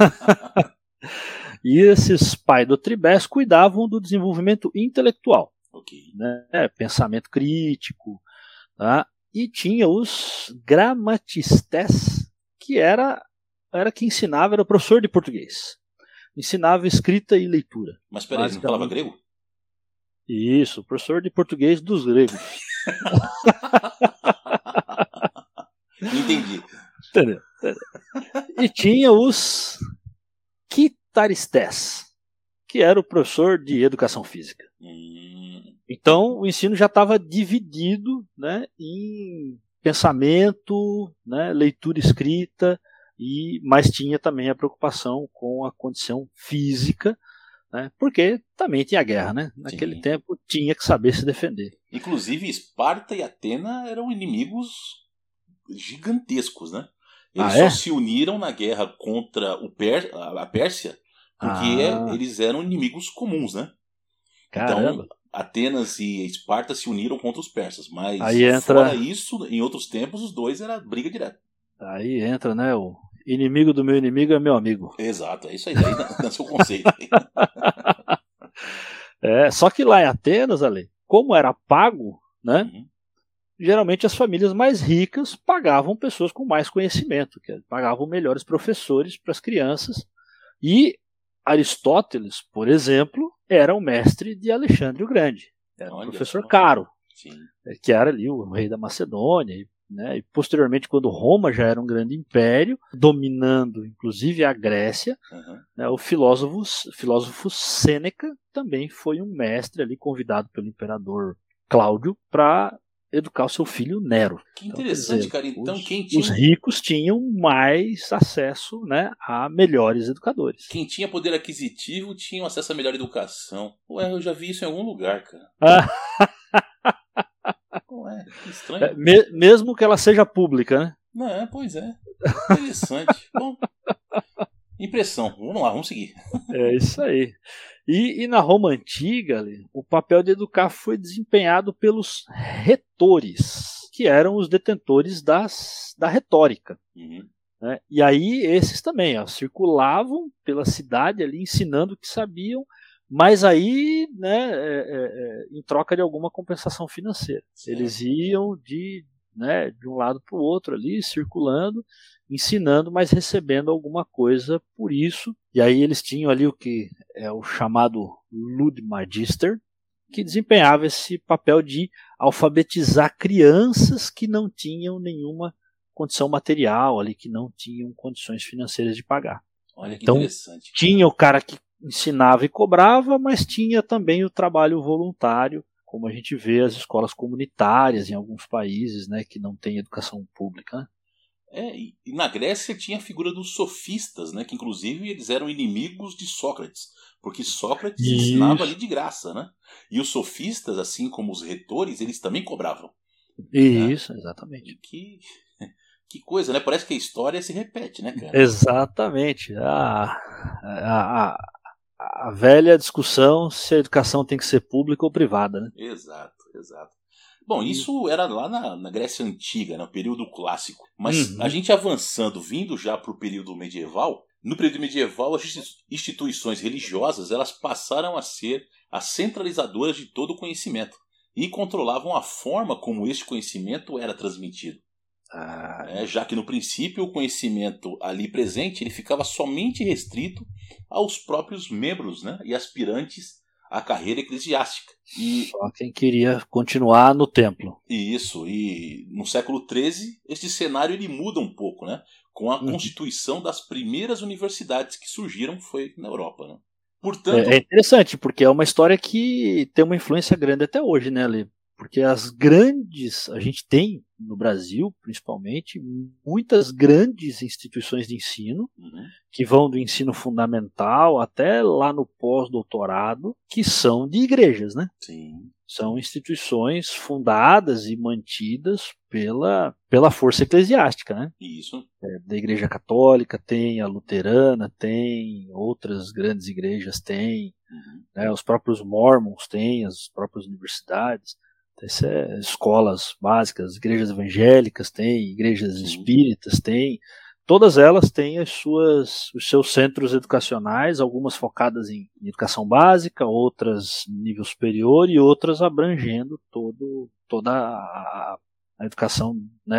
E esses paidotribés cuidavam do desenvolvimento intelectual. Okay. Né? Pensamento crítico. Tá? E tinha os gramatistés, que era quem ensinava, era o professor de português. Ensinava escrita e leitura. Mas peraí, ele não falava grego? Isso, professor de português dos gregos. Entendi. Entendeu? E tinha os quitaristés, que era o professor de educação física. Então o ensino já estava dividido, né, em pensamento, né, leitura escrita, mas tinha também a preocupação com a condição física, né, porque também tinha guerra, né? Naquele tempo tinha que saber se defender. Inclusive Esparta e Atena eram inimigos gigantescos, né? Eles só se uniram na guerra contra a Pérsia porque eles eram inimigos comuns, né? Caramba. Então Atenas e Esparta se uniram contra os persas, mas fora isso, em outros tempos, os dois era briga direta. Aí entra, né, o inimigo do meu inimigo é meu amigo. Exato, é isso aí, daí nasceu o conceito. Só que lá em Atenas, Ale, como era pago, né, geralmente as famílias mais ricas pagavam pessoas com mais conhecimento, pagavam melhores professores para as crianças. E Aristóteles, por exemplo, era o mestre de Alexandre o Grande. Era um professor caro, que era ali o rei da Macedônia. Né, e posteriormente, quando Roma já era um grande império, dominando inclusive a Grécia, né, o filósofo Sêneca também foi um mestre ali convidado pelo imperador Cláudio para educar o seu filho Nero. Que interessante, cara. Então, os ricos tinham mais acesso, né, a melhores educadores. Quem tinha poder aquisitivo tinha acesso a melhor educação. Ué, eu já vi isso em algum lugar, cara. Ué, que estranho. Mesmo que ela seja pública, né? Não, pois é. Interessante. Bom, impressão. Vamos lá, vamos seguir. É isso aí. E na Roma Antiga, o papel de educar foi desempenhado pelos retores, que eram os detentores da retórica. Né? E aí esses também circulavam pela cidade ali ensinando o que sabiam, mas aí, né, em troca de alguma compensação financeira. Eles iam de um lado para o outro ali, circulando, ensinando, mas recebendo alguma coisa por isso. E aí eles tinham ali o que é o chamado Ludmagister, que desempenhava esse papel de alfabetizar crianças que não tinham nenhuma condição material ali, que não tinham condições financeiras de pagar. Olha que então, interessante. Tinha o cara que ensinava e cobrava, mas tinha também o trabalho voluntário, como a gente vê as escolas comunitárias em alguns países, né, que não têm educação pública. Né? E na Grécia tinha a figura dos sofistas, né, que inclusive eles eram inimigos de Sócrates, porque Sócrates ensinava ali de graça, né? E os sofistas, assim como os retores, eles também cobravam. Isso, né? Exatamente. Que coisa, né? Parece que a história se repete, né, cara? Exatamente. A velha discussão se a educação tem que ser pública ou privada, né? Exato. Bom, isso era lá na Grécia Antiga, no período clássico. Mas a gente avançando, vindo já para o período medieval, no período medieval as instituições religiosas elas passaram a ser as centralizadoras de todo o conhecimento e controlavam a forma como este conhecimento era transmitido. Já que no princípio o conhecimento ali presente ele ficava somente restrito aos próprios membros, né, e aspirantes à carreira eclesiástica. Só quem queria continuar no templo. Isso, e no século XIII este cenário ele muda um pouco, né, com a constituição das primeiras universidades que surgiram foi na Europa. Né? Portanto, é interessante, porque é uma história que tem uma influência grande até hoje, né, Ale? Porque a gente tem no Brasil, principalmente, muitas grandes instituições de ensino, que vão do ensino fundamental até lá no pós-doutorado, que são de igrejas, né? Sim. São instituições fundadas e mantidas pela força eclesiástica, né? Isso. Da Igreja Católica tem, a Luterana tem, outras grandes igrejas têm, né? Os próprios Mormons têm, as próprias universidades. Escolas básicas, igrejas evangélicas têm, igrejas espíritas têm, todas elas têm os seus centros educacionais, algumas focadas em educação básica, outras nível superior e outras abrangendo toda a educação, né,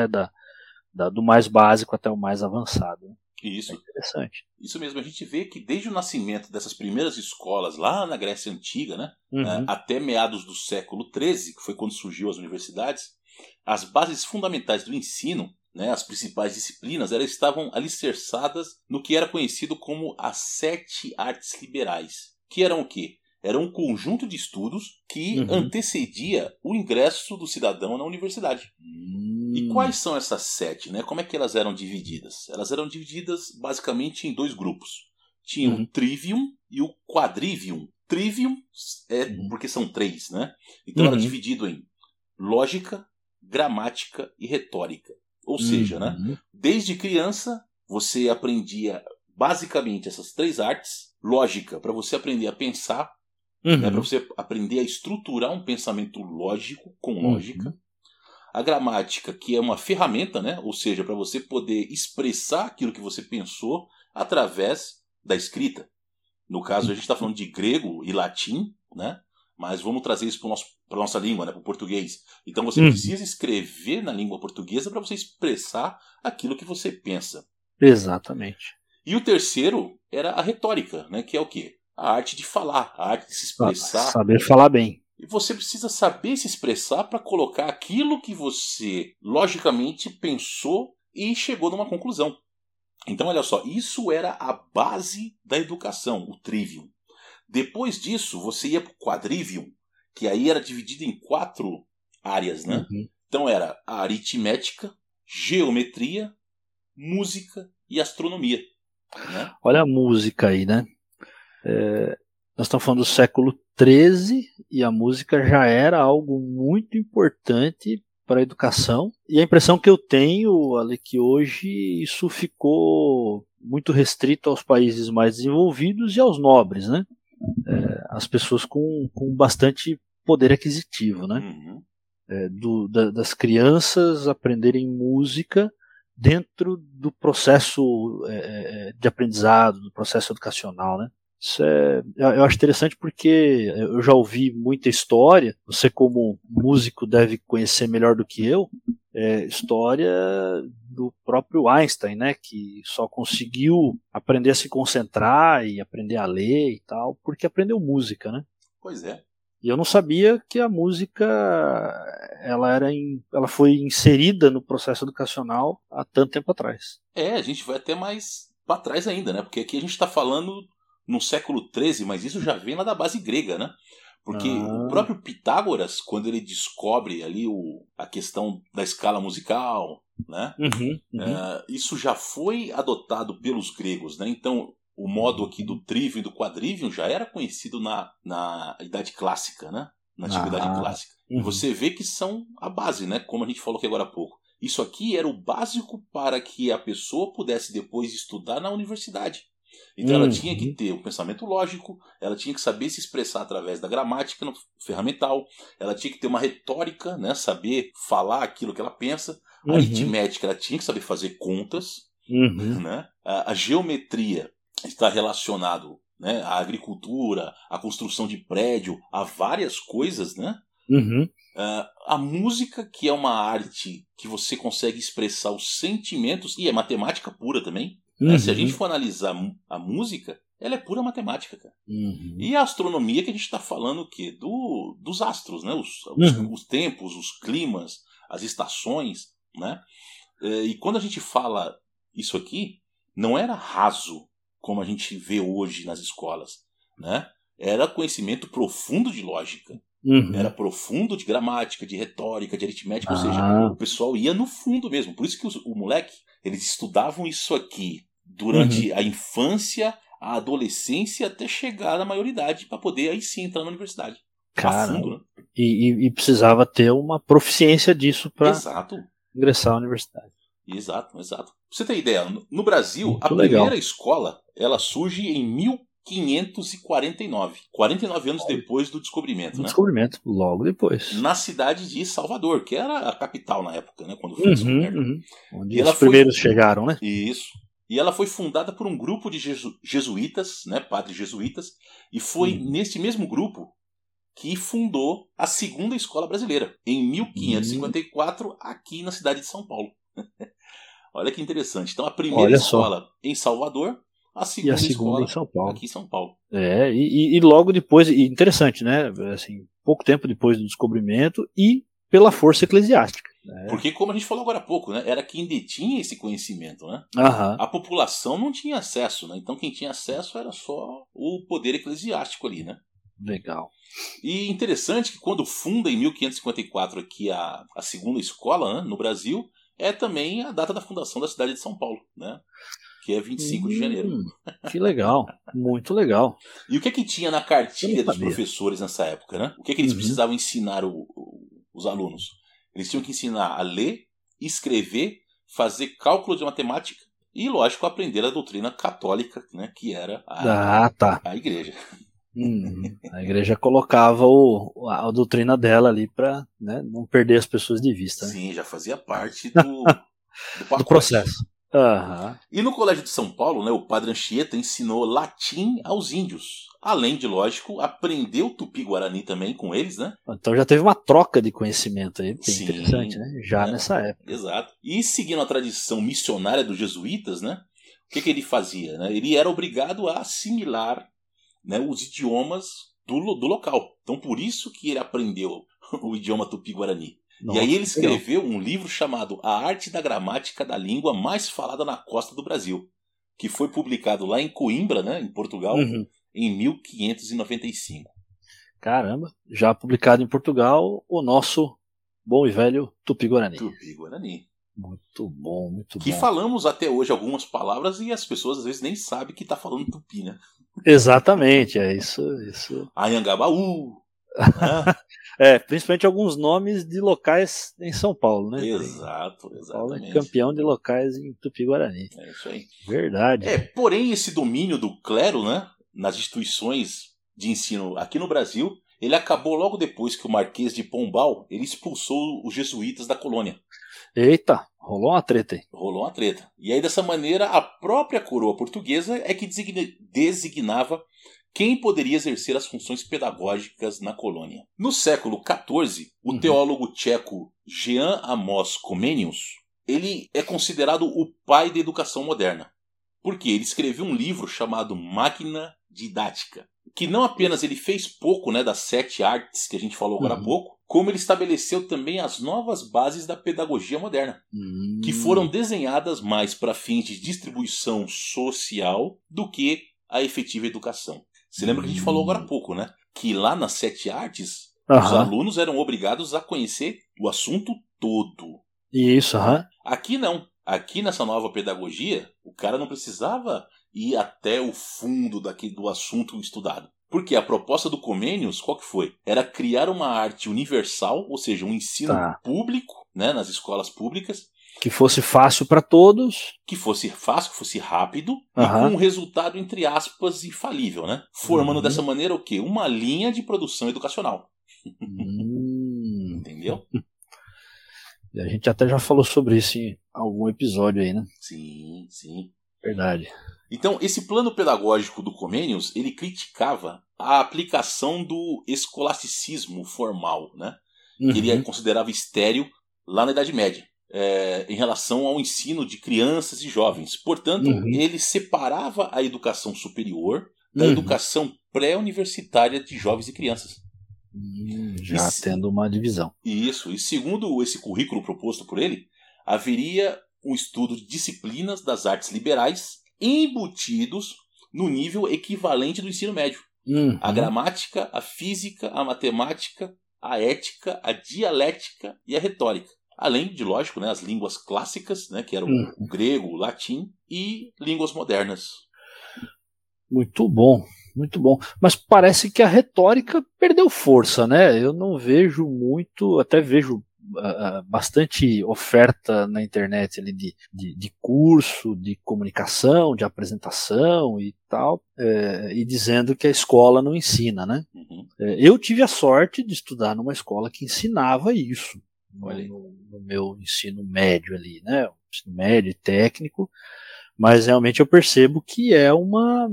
do mais básico até o mais avançado. Isso. É interessante. Isso mesmo, a gente vê que desde o nascimento dessas primeiras escolas lá na Grécia Antiga, né, até meados do século XIII, que foi quando surgiu as universidades, as bases fundamentais do ensino, né, as principais disciplinas, elas estavam alicerçadas no que era conhecido como as 7 artes liberais. Que eram o quê? Era um conjunto de estudos que antecedia o ingresso do cidadão na universidade. E quais são essas 7? Né? Como é que elas eram divididas? Elas eram divididas basicamente em 2 grupos. Tinha o Trivium e o Quadrivium. Trivium é porque são 3, né? Então era dividido em lógica, gramática e retórica. Ou seja, né? Desde criança você aprendia basicamente essas 3 artes. Lógica, para você aprender a pensar, né? Para você aprender a estruturar um pensamento lógico com lógica. A gramática, que é uma ferramenta, né? Ou seja, para você poder expressar aquilo que você pensou através da escrita. No caso, a gente está falando de grego e latim, né? Mas vamos trazer isso para a nossa língua, né? Para o português. Então você precisa escrever na língua portuguesa para você expressar aquilo que você pensa. Exatamente. E o terceiro era a retórica, né? Que é o quê? A arte de falar, a arte de se expressar. Saber falar bem. E você precisa saber se expressar para colocar aquilo que você logicamente pensou e chegou numa conclusão. Então, olha só, isso era a base da educação, o trivium. Depois disso, você ia para o quadrivium, que aí era dividido em 4 áreas, né? Então era a aritmética, geometria, música e astronomia. Né? Olha a música aí, né? Nós estamos falando do século XIII e a música já era algo muito importante para a educação. E a impressão que eu tenho, Ale, que hoje isso ficou muito restrito aos países mais desenvolvidos e aos nobres, né? As pessoas com bastante poder aquisitivo, né? Das crianças aprenderem música dentro do processo de aprendizado, do processo educacional, né? Isso eu acho interessante porque eu já ouvi muita história, você como músico deve conhecer melhor do que eu, história do próprio Einstein, né, que só conseguiu aprender a se concentrar e aprender a ler e tal, porque aprendeu música, né? Pois é. E eu não sabia que a música ela foi inserida no processo educacional há tanto tempo atrás. A gente vai até mais para trás ainda, né? Porque aqui a gente está falando no século XIII, mas isso já vem lá da base grega, né? Porque o próprio Pitágoras, quando ele descobre ali a questão da escala musical, né? Isso já foi adotado pelos gregos, né? Então, o modo aqui do trivium e do quadrivium já era conhecido na Idade Clássica, né? Na Antiguidade Clássica. E você vê que são a base, né? Como a gente falou aqui agora há pouco. Isso aqui era o básico para que a pessoa pudesse depois estudar na universidade. Então ela tinha que ter um pensamento lógico, ela tinha que saber se expressar através da gramática ferramental, ela tinha que ter uma retórica, né, saber falar aquilo que ela pensa, a aritmética, ela tinha que saber fazer contas, né, a geometria está relacionado, né, à agricultura, à construção de prédio, a várias coisas, né? A música, que é uma arte que você consegue expressar os sentimentos, e é matemática pura também. Se a gente for analisar a música, ela é pura matemática, cara. E a astronomia, que a gente está falando o quê? Dos astros, né? Os tempos, os climas, as estações, né? E quando a gente fala isso aqui, não era raso, como a gente vê hoje nas escolas, né? Era conhecimento profundo de lógica. Era profundo de gramática, de retórica, de aritmética, ou seja, o pessoal ia no fundo mesmo. Por isso que o moleque, eles estudavam isso aqui durante a infância, a adolescência, até chegar na maioridade, para poder aí sim entrar na universidade. Cara, fundo, né? E precisava ter uma proficiência disso para ingressar à universidade. Exato. Pra você ter ideia, no Brasil, muito a primeira escola, ela surge em 1549, 49 anos depois do descobrimento, né? Descobrimento, logo depois. Na cidade de Salvador, que era a capital na época, né? Quando foi descoberta. Onde os primeiros chegaram, né? Isso. E ela foi fundada por um grupo de jesuítas, né? Padres jesuítas, e foi nesse mesmo grupo que fundou a segunda escola brasileira, em 1554, aqui na cidade de São Paulo. Olha que interessante. Então, a primeira escola em Salvador, a segunda escola em São Paulo. Aqui em São Paulo. E logo depois, e interessante, né? Assim, pouco tempo depois do descobrimento e pela força eclesiástica. Porque, como a gente falou agora há pouco, né, era quem detinha esse conhecimento, né? A população não tinha acesso, né? Então quem tinha acesso era só o poder eclesiástico ali, né? Legal. E interessante que quando funda em 1554 aqui a segunda escola, né, no Brasil, é também a data da fundação da cidade de São Paulo, né? Que é 25 de janeiro. Que legal, muito legal. E o que tinha na cartilha dos professores nessa época, né? O que eles precisavam ensinar os alunos? Eles tinham que ensinar a ler, escrever, fazer cálculo de matemática e, lógico, aprender a doutrina católica, né? Que era a igreja. A igreja colocava a doutrina dela ali para, né, não perder as pessoas de vista. Né? Sim, já fazia parte do processo. E no Colégio de São Paulo, né, o Padre Anchieta ensinou latim aos índios. Além de, lógico, aprender o tupi-guarani também com eles, né? Então já teve uma troca de conhecimento aí, bem interessante, né? Já nessa época. Exato. E seguindo a tradição missionária dos jesuítas, né? O que ele fazia? Né? Ele era obrigado a assimilar, né, os idiomas do local. Então por isso que ele aprendeu o idioma tupi-guarani. E aí ele escreveu um livro chamado A Arte da Gramática da Língua Mais Falada na Costa do Brasil, que foi publicado lá em Coimbra, né, em Portugal, em 1595. Caramba, já publicado em Portugal, o nosso bom e velho Tupi-Guarani. Tupi-Guarani. Muito bom, muito bom. Que falamos até hoje algumas palavras e as pessoas às vezes nem sabem que está falando tupi, né? Exatamente, é isso. Anhangabaú. Principalmente alguns nomes de locais em São Paulo, né? Exato, exatamente. Paulo é campeão de locais em Tupi-Guarani. É isso aí. Verdade. Porém, esse domínio do clero, né, nas instituições de ensino aqui no Brasil, ele acabou logo depois que o Marquês de Pombal ele expulsou os jesuítas da colônia. Eita, rolou uma treta aí. Rolou uma treta. E aí, dessa maneira, a própria coroa portuguesa é que designava quem poderia exercer as funções pedagógicas na colônia. No século XIV, o teólogo tcheco Jan Amos Comenius, ele é considerado o pai da educação moderna. Porque ele escreveu um livro chamado Máquina Didática. que não apenas ele fez pouco, né, das 7 artes que a gente falou agora há pouco, como ele estabeleceu também as novas bases da pedagogia moderna, que foram desenhadas mais para fins de distribuição social do que a efetiva educação. Você lembra que a gente falou agora há pouco, né? Que lá nas 7 artes, os alunos eram obrigados a conhecer o assunto todo. Isso, Aqui não. Aqui nessa nova pedagogia, o cara não precisava ir até o fundo do assunto estudado. Porque a proposta do Comênios, qual que foi? Era criar uma arte universal, ou seja, um ensino público, né, nas escolas públicas. Que fosse fácil para todos. Que fosse fácil, que fosse rápido e com um resultado, entre aspas, infalível, né? Formando dessa maneira o quê? Uma linha de produção educacional. Entendeu? E a gente até já falou sobre isso em algum episódio aí, né? Sim. Verdade. Então, esse plano pedagógico do Comênios, ele criticava a aplicação do escolasticismo formal, né? Que ele considerava estéril lá na Idade Média, em relação ao ensino de crianças e jovens. Portanto, ele separava a educação superior da educação pré-universitária de jovens e crianças. Já tendo uma divisão. Isso, e segundo esse currículo proposto por ele, haveria um estudo de disciplinas das artes liberais embutidos no nível equivalente do ensino médio. A gramática, a física, a matemática, a ética, a dialética e a retórica. Além de, lógico, né, as línguas clássicas, né, que eram o grego, o latim, e línguas modernas. Muito bom. Muito bom. Mas parece que a retórica perdeu força, né? Eu não vejo muito, até vejo bastante oferta na internet ali de curso, de comunicação, de apresentação e tal, e dizendo que a escola não ensina, né? Eu tive a sorte de estudar numa escola que ensinava isso, no meu ensino médio ali, né? Ensino médio e técnico, mas realmente eu percebo que é uma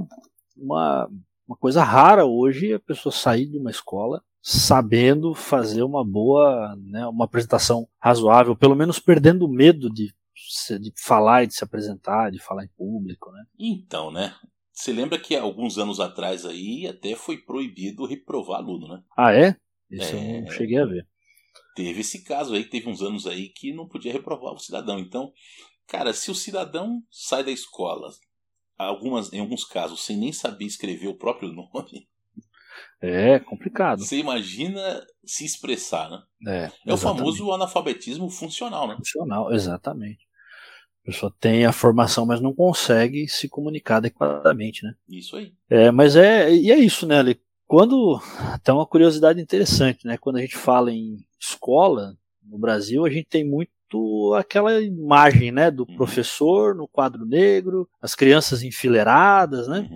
coisa rara hoje a pessoa sair de uma escola sabendo fazer uma boa, né, uma apresentação razoável, pelo menos perdendo o medo de falar e de se apresentar, de falar em público, né? Então, né? Você lembra que alguns anos atrás aí até foi proibido reprovar aluno, né? Ah, é? Isso eu não cheguei a ver. Teve esse caso aí, teve uns anos aí que não podia reprovar o cidadão. Então, cara, se o cidadão sai da escola, em alguns casos, sem nem saber escrever o próprio nome, é complicado. Você imagina se expressar, né? É o exatamente. famoso analfabetismo funcional, né? Funcional, exatamente. A pessoa tem a formação, mas não consegue se comunicar adequadamente, né? Isso aí. Mas é isso, né, Ale? Quando, até uma curiosidade interessante, né? Quando a gente fala em escola, no Brasil, a gente tem muito aquela imagem, né, do professor no quadro negro, as crianças enfileiradas, né?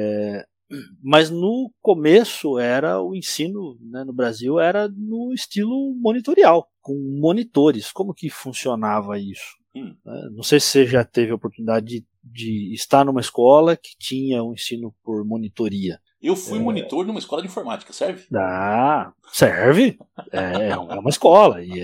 Mas no começo era o ensino, né, no Brasil era no estilo monitorial, com monitores. Como que funcionava isso? Não sei se você já teve a oportunidade de estar numa escola que tinha um ensino por monitoria. Eu fui monitor numa escola de informática, serve? Serve. É uma escola. E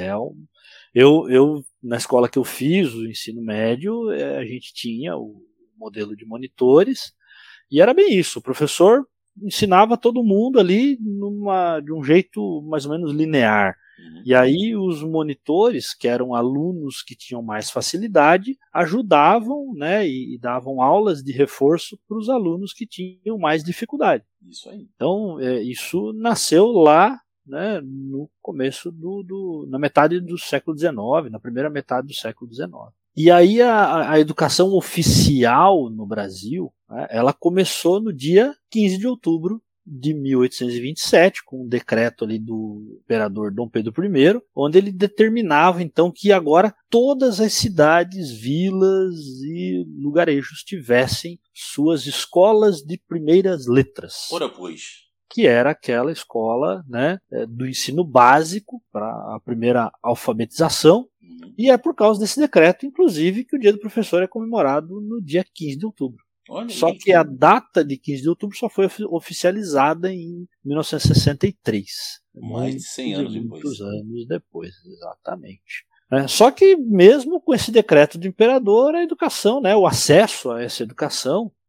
eu, na escola que eu fiz, o ensino médio, a gente tinha o modelo de monitores. E era bem isso, o professor ensinava todo mundo ali de um jeito mais ou menos linear. E aí os monitores, que eram alunos que tinham mais facilidade, ajudavam, né, e davam aulas de reforço para os alunos que tinham mais dificuldade. Isso aí. Então, isso nasceu lá, né, no começo na metade do século XIX, na primeira metade do século XIX. E aí a educação oficial no Brasil, né, ela começou no dia 15 de outubro de 1827, com um decreto ali do imperador Dom Pedro I, onde ele determinava então que agora todas as cidades, vilas e lugarejos tivessem suas escolas de primeiras letras. Ora pois. Que era aquela escola, né, do ensino básico para a primeira alfabetização. E é por causa desse decreto, inclusive, que o Dia do Professor é comemorado no dia 15 de outubro. Só que a data de 15 de outubro só foi oficializada em 1963. Mais de 100 anos depois. Muitos anos depois, exatamente. Só que mesmo com esse decreto do imperador, a educação, né, o acesso a essa educação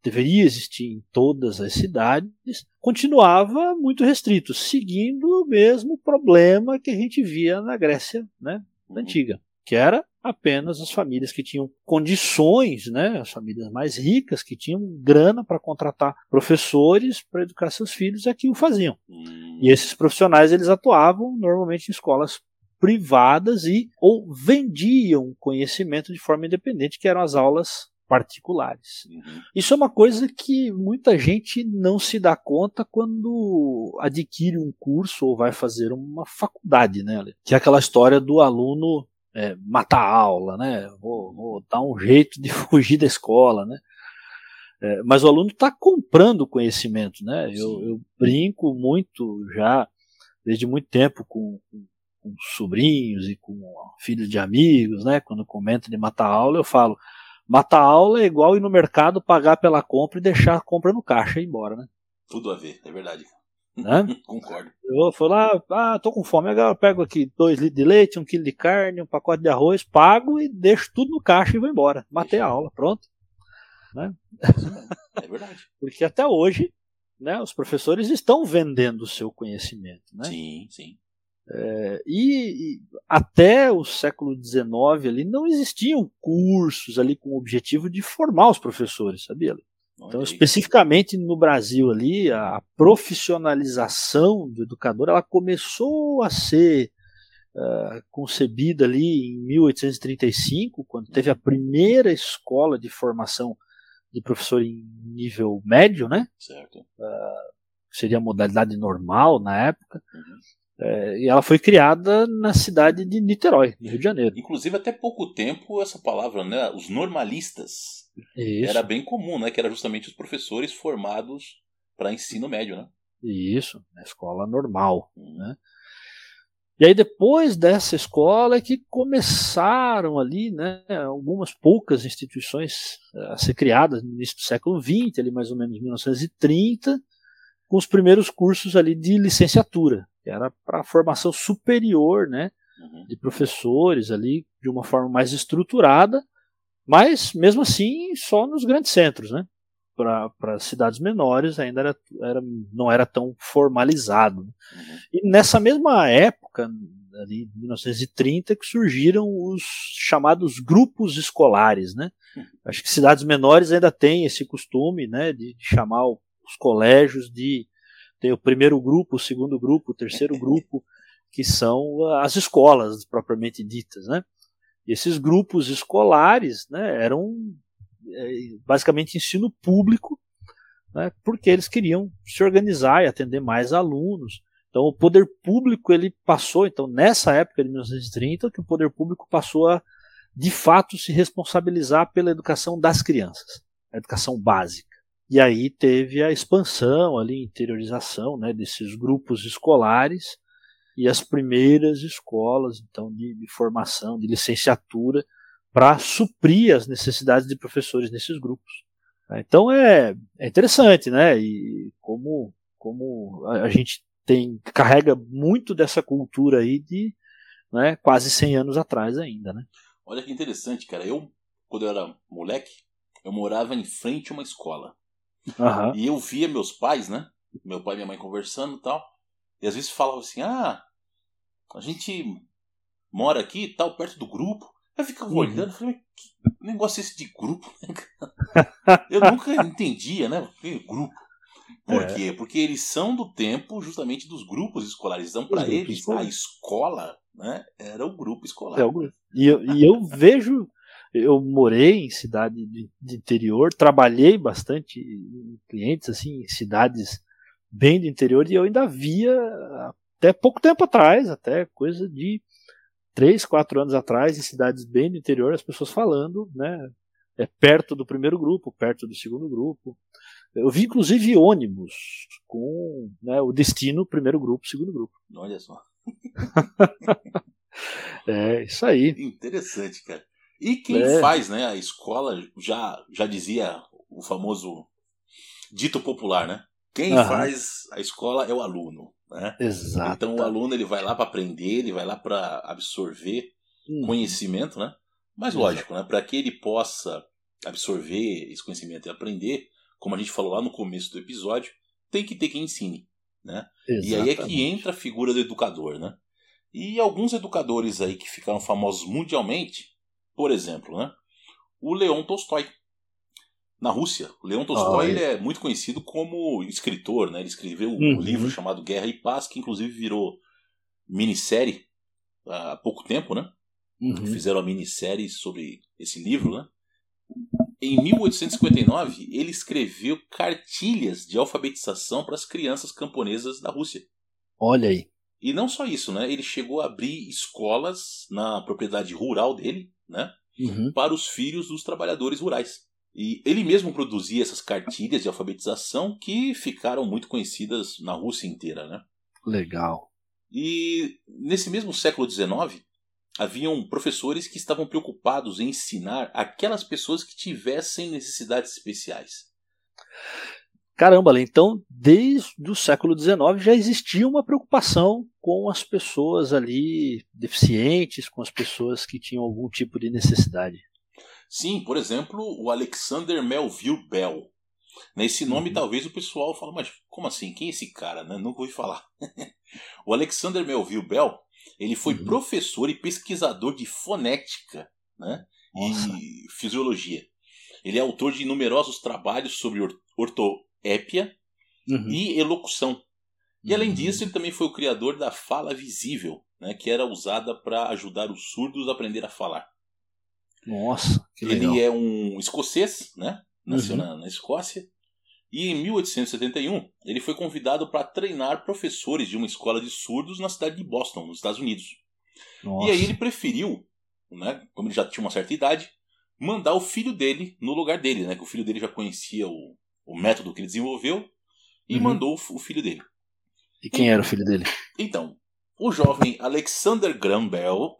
deveria existir em todas as cidades, continuava muito restrito, seguindo o mesmo problema que a gente via na Grécia, né, antiga, que era apenas as famílias que tinham condições, né, as famílias mais ricas, que tinham grana para contratar professores para educar seus filhos, é que o faziam. E esses profissionais eles atuavam normalmente em escolas privadas ou vendiam conhecimento de forma independente, que eram as aulas particulares. Isso é uma coisa que muita gente não se dá conta quando adquire um curso ou vai fazer uma faculdade, né? Que é aquela história do aluno matar a aula, né? Vou dar um jeito de fugir da escola, né? Mas o aluno está comprando conhecimento, né? Eu brinco muito já, desde muito tempo, com sobrinhos e com filhos de amigos, né? Quando comento de matar a aula, eu falo: matar a aula é igual ir no mercado, pagar pela compra e deixar a compra no caixa e ir embora, né? Tudo a ver, é verdade. Né? Concordo. Eu vou lá, tô com fome, agora eu pego aqui 2 litros de leite, 1 quilo de carne, um pacote de arroz, pago e deixo tudo no caixa e vou embora. Matei a aula, pronto. Né? É verdade. Porque até hoje, né, os professores estão vendendo o seu conhecimento. Né? Sim, sim. E até o século XIX ali não existiam cursos ali com o objetivo de formar os professores, sabia? Então, especificamente no Brasil ali, a profissionalização do educador, ela começou a ser concebida ali em 1835, quando teve a primeira escola de formação de professor em nível médio, né? Certo. Seria a modalidade normal na época. E ela foi criada na cidade de Niterói, no Rio de Janeiro. Inclusive, até pouco tempo, essa palavra, né, os normalistas, era bem comum, né, que era justamente os professores formados para ensino médio, né? Isso, na escola normal. Né? E aí depois dessa escola é que começaram ali, né, algumas poucas instituições a ser criadas no início do século XX, ali mais ou menos 1930, com os primeiros cursos ali de licenciatura, que era para a formação superior, né, de professores ali de uma forma mais estruturada, mas mesmo assim só nos grandes centros, né? Para cidades menores ainda não era tão formalizado. E nessa mesma época, ali, 1930, que surgiram os chamados grupos escolares, né? Acho que cidades menores ainda têm esse costume, né, de chamar os colégios de ter o primeiro grupo, o segundo grupo, o terceiro grupo, que são as escolas propriamente ditas, né? E esses grupos escolares, né, eram basicamente ensino público, né, porque eles queriam se organizar e atender mais alunos. Então o poder público ele passou, então nessa época de 1930, que o poder público passou a de fato se responsabilizar pela educação das crianças, a educação básica. E aí teve a expansão, ali, interiorização, né, desses grupos escolares e as primeiras escolas então de formação, de licenciatura, para suprir as necessidades de professores nesses grupos. Então é interessante, né? E como a gente carrega muito dessa cultura aí de, né, quase 100 anos atrás ainda, né? Olha que interessante, cara. Quando eu era moleque, eu morava em frente a uma escola. E eu via meus pais, né? Meu pai e minha mãe conversando e tal. E às vezes falavam assim, a gente mora aqui e tal, perto do grupo. Eu ficava olhando e falei, que negócio é esse de grupo? Eu nunca entendia, né? Que grupo. Por quê? Porque eles são do tempo justamente dos grupos escolares. Então, para eles, a escola, né, era o grupo escolar. E eu vejo, eu morei em cidade de interior, trabalhei bastante em clientes, assim, em cidades bem do interior, e eu ainda via, até pouco tempo atrás, até coisa de 3, 4 anos atrás, em cidades bem do interior, as pessoas falando, né, perto do primeiro grupo, perto do segundo grupo. Eu vi inclusive ônibus com, né, o destino primeiro grupo, segundo grupo. Olha só. Isso aí. Interessante, cara. E quem faz, né, a escola, já dizia o famoso dito popular, né? Quem faz a escola é o aluno, né? Exato. Então o aluno ele vai lá para aprender, ele vai lá para absorver conhecimento, né? Mas lógico, né, para que ele possa absorver esse conhecimento e aprender, como a gente falou lá no começo do episódio, tem que ter quem ensine, né? Exatamente. E aí é que entra a figura do educador, né? E alguns educadores aí que ficaram famosos mundialmente, por exemplo, né? O Leon Tolstói. Na Rússia, o Leon Tolstói ele é muito conhecido como escritor, né? Ele escreveu um livro chamado Guerra e Paz, que inclusive virou minissérie há pouco tempo, né? Fizeram a minissérie sobre esse livro, né? Em 1859, ele escreveu cartilhas de alfabetização para as crianças camponesas da Rússia. Olha aí. E não só isso, né? Ele chegou a abrir escolas na propriedade rural dele, né? Para os filhos dos trabalhadores rurais. E ele mesmo produzia essas cartilhas de alfabetização que ficaram muito conhecidas na Rússia inteira, né? Legal. E nesse mesmo século XIX, haviam professores que estavam preocupados em ensinar aquelas pessoas que tivessem necessidades especiais. Caramba, então desde o século XIX já existia uma preocupação com as pessoas ali deficientes, com as pessoas que tinham algum tipo de necessidade. Sim, por exemplo, o Alexander Melville Bell. Nesse nome talvez o pessoal fale, mas como assim? Quem é esse cara? Né? Nunca ouvi falar. O Alexander Melville Bell, ele foi professor e pesquisador de fonética, né? E fisiologia. Ele é autor de numerosos trabalhos sobre ortoépia e elocução. E além disso, ele também foi o criador da fala visível, né? Que era usada para ajudar os surdos a aprender a falar. Nossa, que legal. Ele é um escocês, né? Nasceu na Escócia. E em 1871, ele foi convidado para treinar professores de uma escola de surdos na cidade de Boston, nos Estados Unidos. Nossa. E aí ele preferiu, né, como ele já tinha uma certa idade, mandar o filho dele no lugar dele, né? Que o filho dele já conhecia o método que ele desenvolveu e mandou o filho dele. E quem era o filho dele? Então, o jovem Alexander Graham Bell...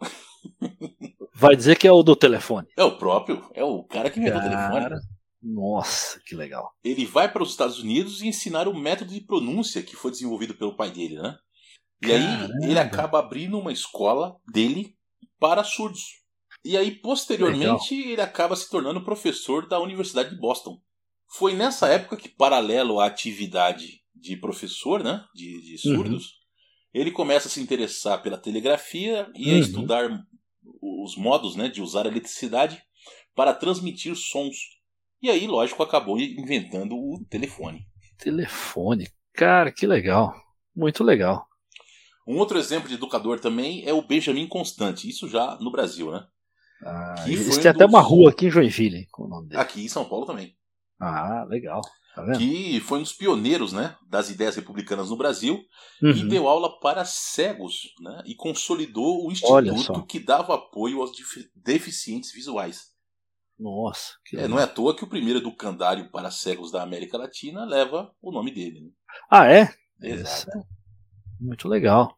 Vai dizer que é o do telefone. É o próprio, é o cara que inventou o telefone. Nossa, que legal. Ele vai para os Estados Unidos e ensinar o método de pronúncia que foi desenvolvido pelo pai dele, né? E aí ele acaba abrindo uma escola dele para surdos. E aí, posteriormente, ele acaba se tornando professor da Universidade de Boston. Foi nessa época que, paralelo à atividade de professor, né, de surdos, ele começa a se interessar pela telegrafia e a estudar os modos, né, de usar a eletricidade para transmitir sons. E aí, lógico, acabou inventando o telefone. Telefone. Cara, que legal. Muito legal. Um outro exemplo de educador também é o Benjamin Constant. Isso já no Brasil, né? Eles têm até uma rua aqui em Joinville com o nome dele. Aqui em São Paulo também. Ah, legal. Tá vendo? Que foi um dos pioneiros, né, das ideias republicanas no Brasil e deu aula para cegos, né, e consolidou o instituto que dava apoio aos deficientes visuais. Nossa, que não é à toa que o primeiro educandário para cegos da América Latina leva o nome dele. Né? Ah, é? Exato. Muito legal.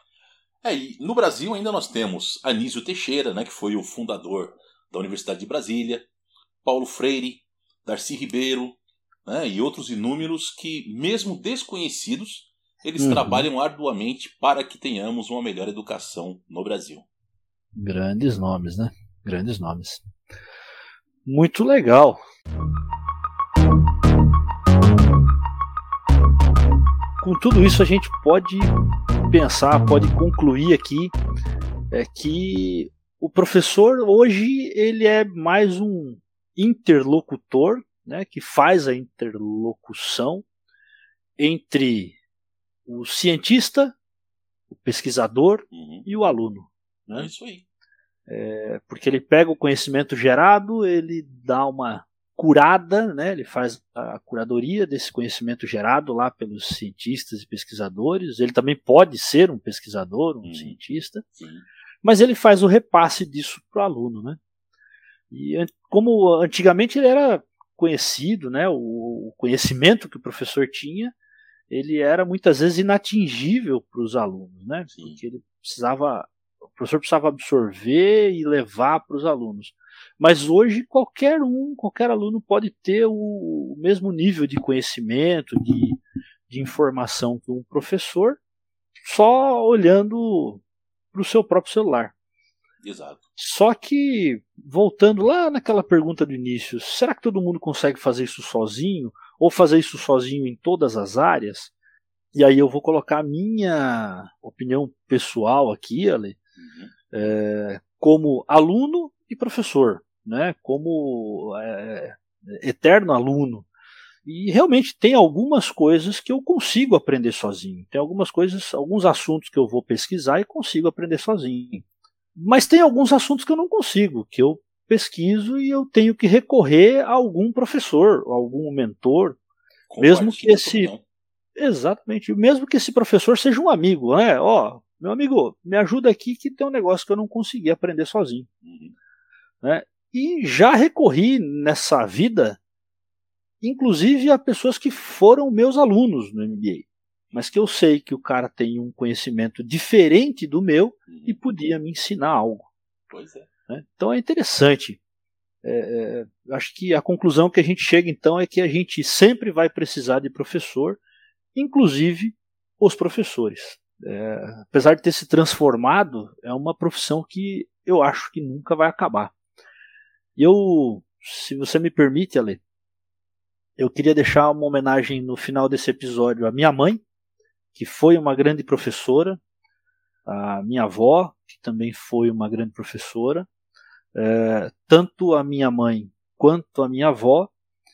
E no Brasil ainda nós temos Anísio Teixeira, né, que foi o fundador da Universidade de Brasília, Paulo Freire, Darcy Ribeiro, né, e outros inúmeros que, mesmo desconhecidos, eles trabalham arduamente para que tenhamos uma melhor educação no Brasil. Grandes nomes, né? Grandes nomes. Muito legal. Com tudo isso a gente pode pensar, pode concluir aqui que o professor hoje ele é mais um interlocutor, né, que faz a interlocução entre o cientista, o pesquisador e o aluno. Né? É isso aí. Porque ele pega o conhecimento gerado, ele dá uma curada, né? Ele faz a curadoria desse conhecimento gerado lá pelos cientistas e pesquisadores. Ele também pode ser um pesquisador, um cientista, mas ele faz o repasse disso para o aluno. Né? E como antigamente ele era conhecido, né? O conhecimento que o professor tinha, ele era muitas vezes inatingível para os alunos, né? Porque o professor precisava absorver e levar para os alunos. Mas hoje qualquer aluno pode ter o mesmo nível de conhecimento, de informação que um professor, só olhando para o seu próprio celular. Exato. Só que, voltando lá naquela pergunta do início, será que todo mundo consegue fazer isso sozinho? ou fazer isso sozinho em todas as áreas. E aí eu vou colocar a minha opinião pessoal aqui, Ale, como aluno e professor, né? Como eterno aluno. E realmente tem algumas coisas que eu consigo aprender sozinho. Tem algumas coisas, alguns assuntos que eu vou pesquisar e consigo aprender sozinho. Mas tem alguns assuntos que eu não consigo, que eu pesquiso e eu tenho que recorrer a algum professor, a algum mentor, mesmo que esse... Exatamente, mesmo que esse professor seja um amigo, né? Ó, meu amigo, me ajuda aqui que tem um negócio que eu não consegui aprender sozinho. Né? E já recorri nessa vida, inclusive a pessoas que foram meus alunos no MBA, mas que eu sei que o cara tem um conhecimento diferente do meu e podia me ensinar algo. Pois é. Né? Então é interessante. Acho que a conclusão que a gente chega então é que a gente sempre vai precisar de professor, inclusive os professores. Apesar de ter se transformado, é uma profissão que eu acho que nunca vai acabar. E eu, se você me permite, Ale, eu queria deixar uma homenagem no final desse episódio à minha mãe, que foi uma grande professora, a minha avó, que também foi uma grande professora. Tanto a minha mãe quanto a minha avó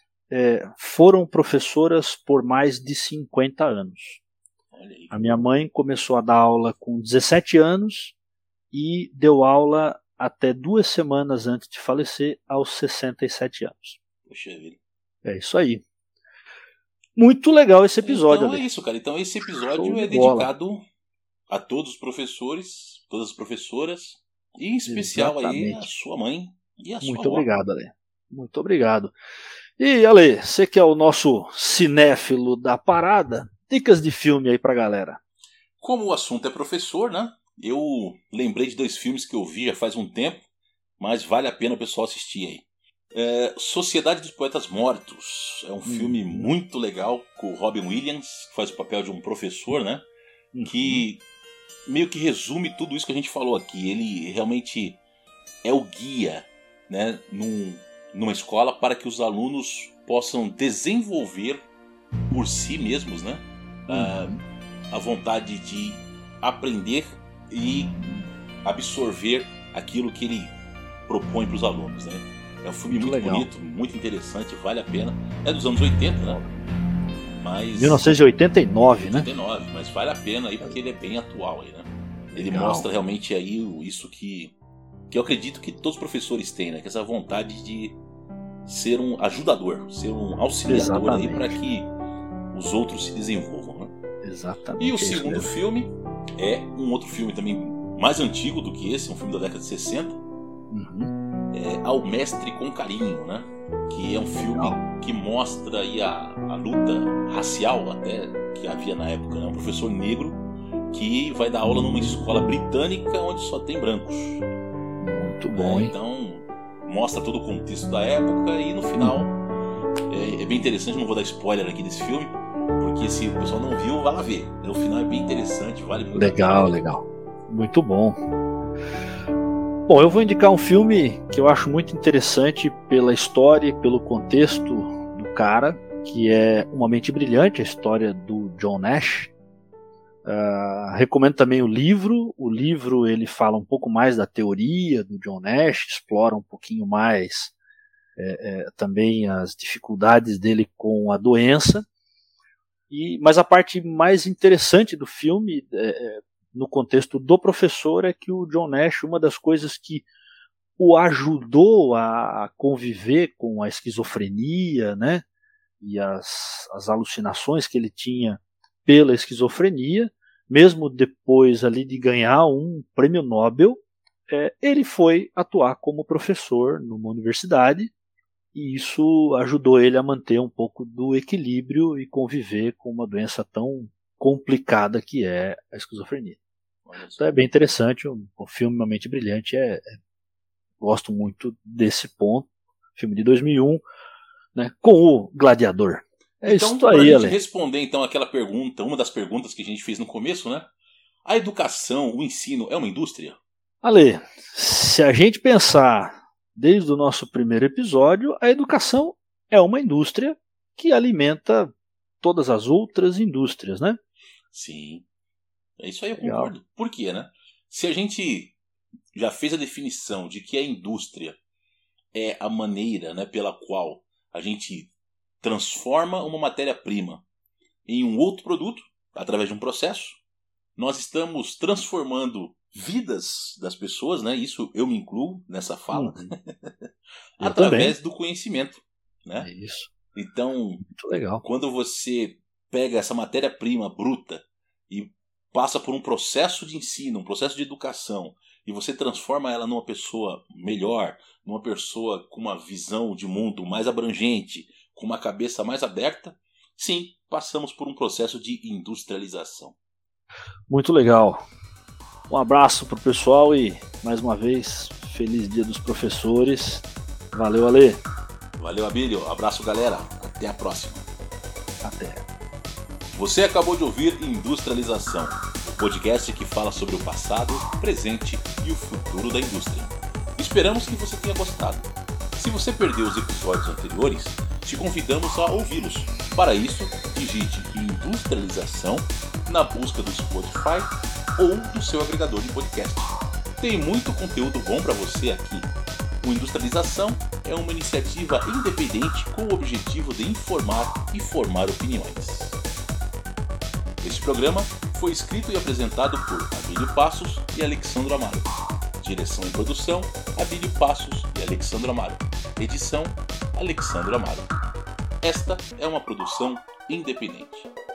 foram professoras por mais de 50 anos. A minha mãe começou a dar aula com 17 anos e deu aula até 2 semanas antes de falecer, aos 67 anos. Poxa vida. É isso aí. Muito legal esse episódio. Então é isso, cara. Então esse episódio é dedicado a todos os professores, todas as professoras, e em especial aí a sua mãe e a sua avó. Muito obrigado, Ale. Muito obrigado. E, Ale, você que é o nosso cinéfilo da parada, dicas de filme aí pra galera. Como o assunto é professor, né? Eu lembrei de 2 filmes que eu vi já faz um tempo, mas vale a pena o pessoal assistir aí. Sociedade dos Poetas Mortos. É um filme muito legal com o Robin Williams, que faz o papel de um professor, né? Que meio que resume tudo isso que a gente falou aqui. Ele realmente é o guia, né, numa escola para que os alunos possam desenvolver por si mesmos, né, a vontade de aprender e absorver aquilo que ele propõe para os alunos, né? É um filme muito bonito, muito interessante, vale a pena. É dos anos 80, né? Mas 1989, né? 89, mas vale a pena aí porque ele é bem atual aí, né? Ele mostra realmente aí isso que eu acredito que todos os professores têm, né? Que é essa vontade de ser um ajudador, ser um auxiliador aí para que os outros se desenvolvam, né? Exatamente. E o segundo filme é um outro filme também mais antigo do que esse, um filme da década de 60. É Ao Mestre com Carinho, né? Que é um filme que mostra aí a luta racial até que havia na época, né? Um professor negro que vai dar aula numa escola britânica onde só tem brancos. Muito bom, hein? Então mostra todo o contexto da época e no final é bem interessante. Não vou dar spoiler aqui desse filme, porque se o pessoal não viu, vai lá ver. O final é bem interessante, vale muito a pena. Legal. Muito bom. Bom, eu vou indicar um filme que eu acho muito interessante pela história e pelo contexto do cara, que é Uma Mente Brilhante, a história do John Nash. Recomendo também o livro. O livro ele fala um pouco mais da teoria do John Nash, explora um pouquinho mais também as dificuldades dele com a doença. Mas a parte mais interessante do filme, no contexto do professor, é que o John Nash, uma das coisas que o ajudou a conviver com a esquizofrenia, né, e as alucinações que ele tinha pela esquizofrenia, mesmo depois ali de ganhar um prêmio Nobel, ele foi atuar como professor numa universidade, e isso ajudou ele a manter um pouco do equilíbrio e conviver com uma doença tão complicada que é a esquizofrenia. Então é bem interessante, o filme Uma Mente Brilhante, gosto muito desse ponto, filme de 2001, né, com o Gladiador. Então, para a gente responder então aquela pergunta, uma das perguntas que a gente fez no começo, né? A educação, o ensino é uma indústria? Ale, se a gente pensar desde o nosso primeiro episódio, a educação é uma indústria que alimenta todas as outras indústrias, né? Sim. É isso aí, eu concordo. Por quê, né? Se a gente já fez a definição de que a indústria é a maneira, né, pela qual a gente transforma uma matéria-prima em um outro produto, através de um processo, nós estamos transformando vidas das pessoas, né? Isso eu me incluo nessa fala, através do conhecimento, né? É isso. Então, muito legal. Quando você pega essa matéria-prima bruta e passa por um processo de ensino, um processo de educação, e você transforma ela numa pessoa melhor, numa pessoa com uma visão de mundo mais abrangente, com uma cabeça mais aberta, sim, passamos por um processo de industrialização. Muito legal. Um abraço pro pessoal e, mais uma vez, feliz Dia dos Professores. Valeu, Ale. Valeu, Abílio. Abraço, galera. Até a próxima. Até. Você acabou de ouvir Industrialização, o podcast que fala sobre o passado, presente e o futuro da indústria. Esperamos que você tenha gostado. Se você perdeu os episódios anteriores, te convidamos a ouvi-los. Para isso, digite Industrialização na busca do Spotify ou do seu agregador de podcast. Tem muito conteúdo bom para você aqui. O Industrialização é uma iniciativa independente com o objetivo de informar e formar opiniões. Este programa foi escrito e apresentado por Abílio Passos e Alexandro Amaro. Direção e produção, Abílio Passos e Alexandro Amaro. Edição, Alexandro Amaro. Esta é uma produção independente.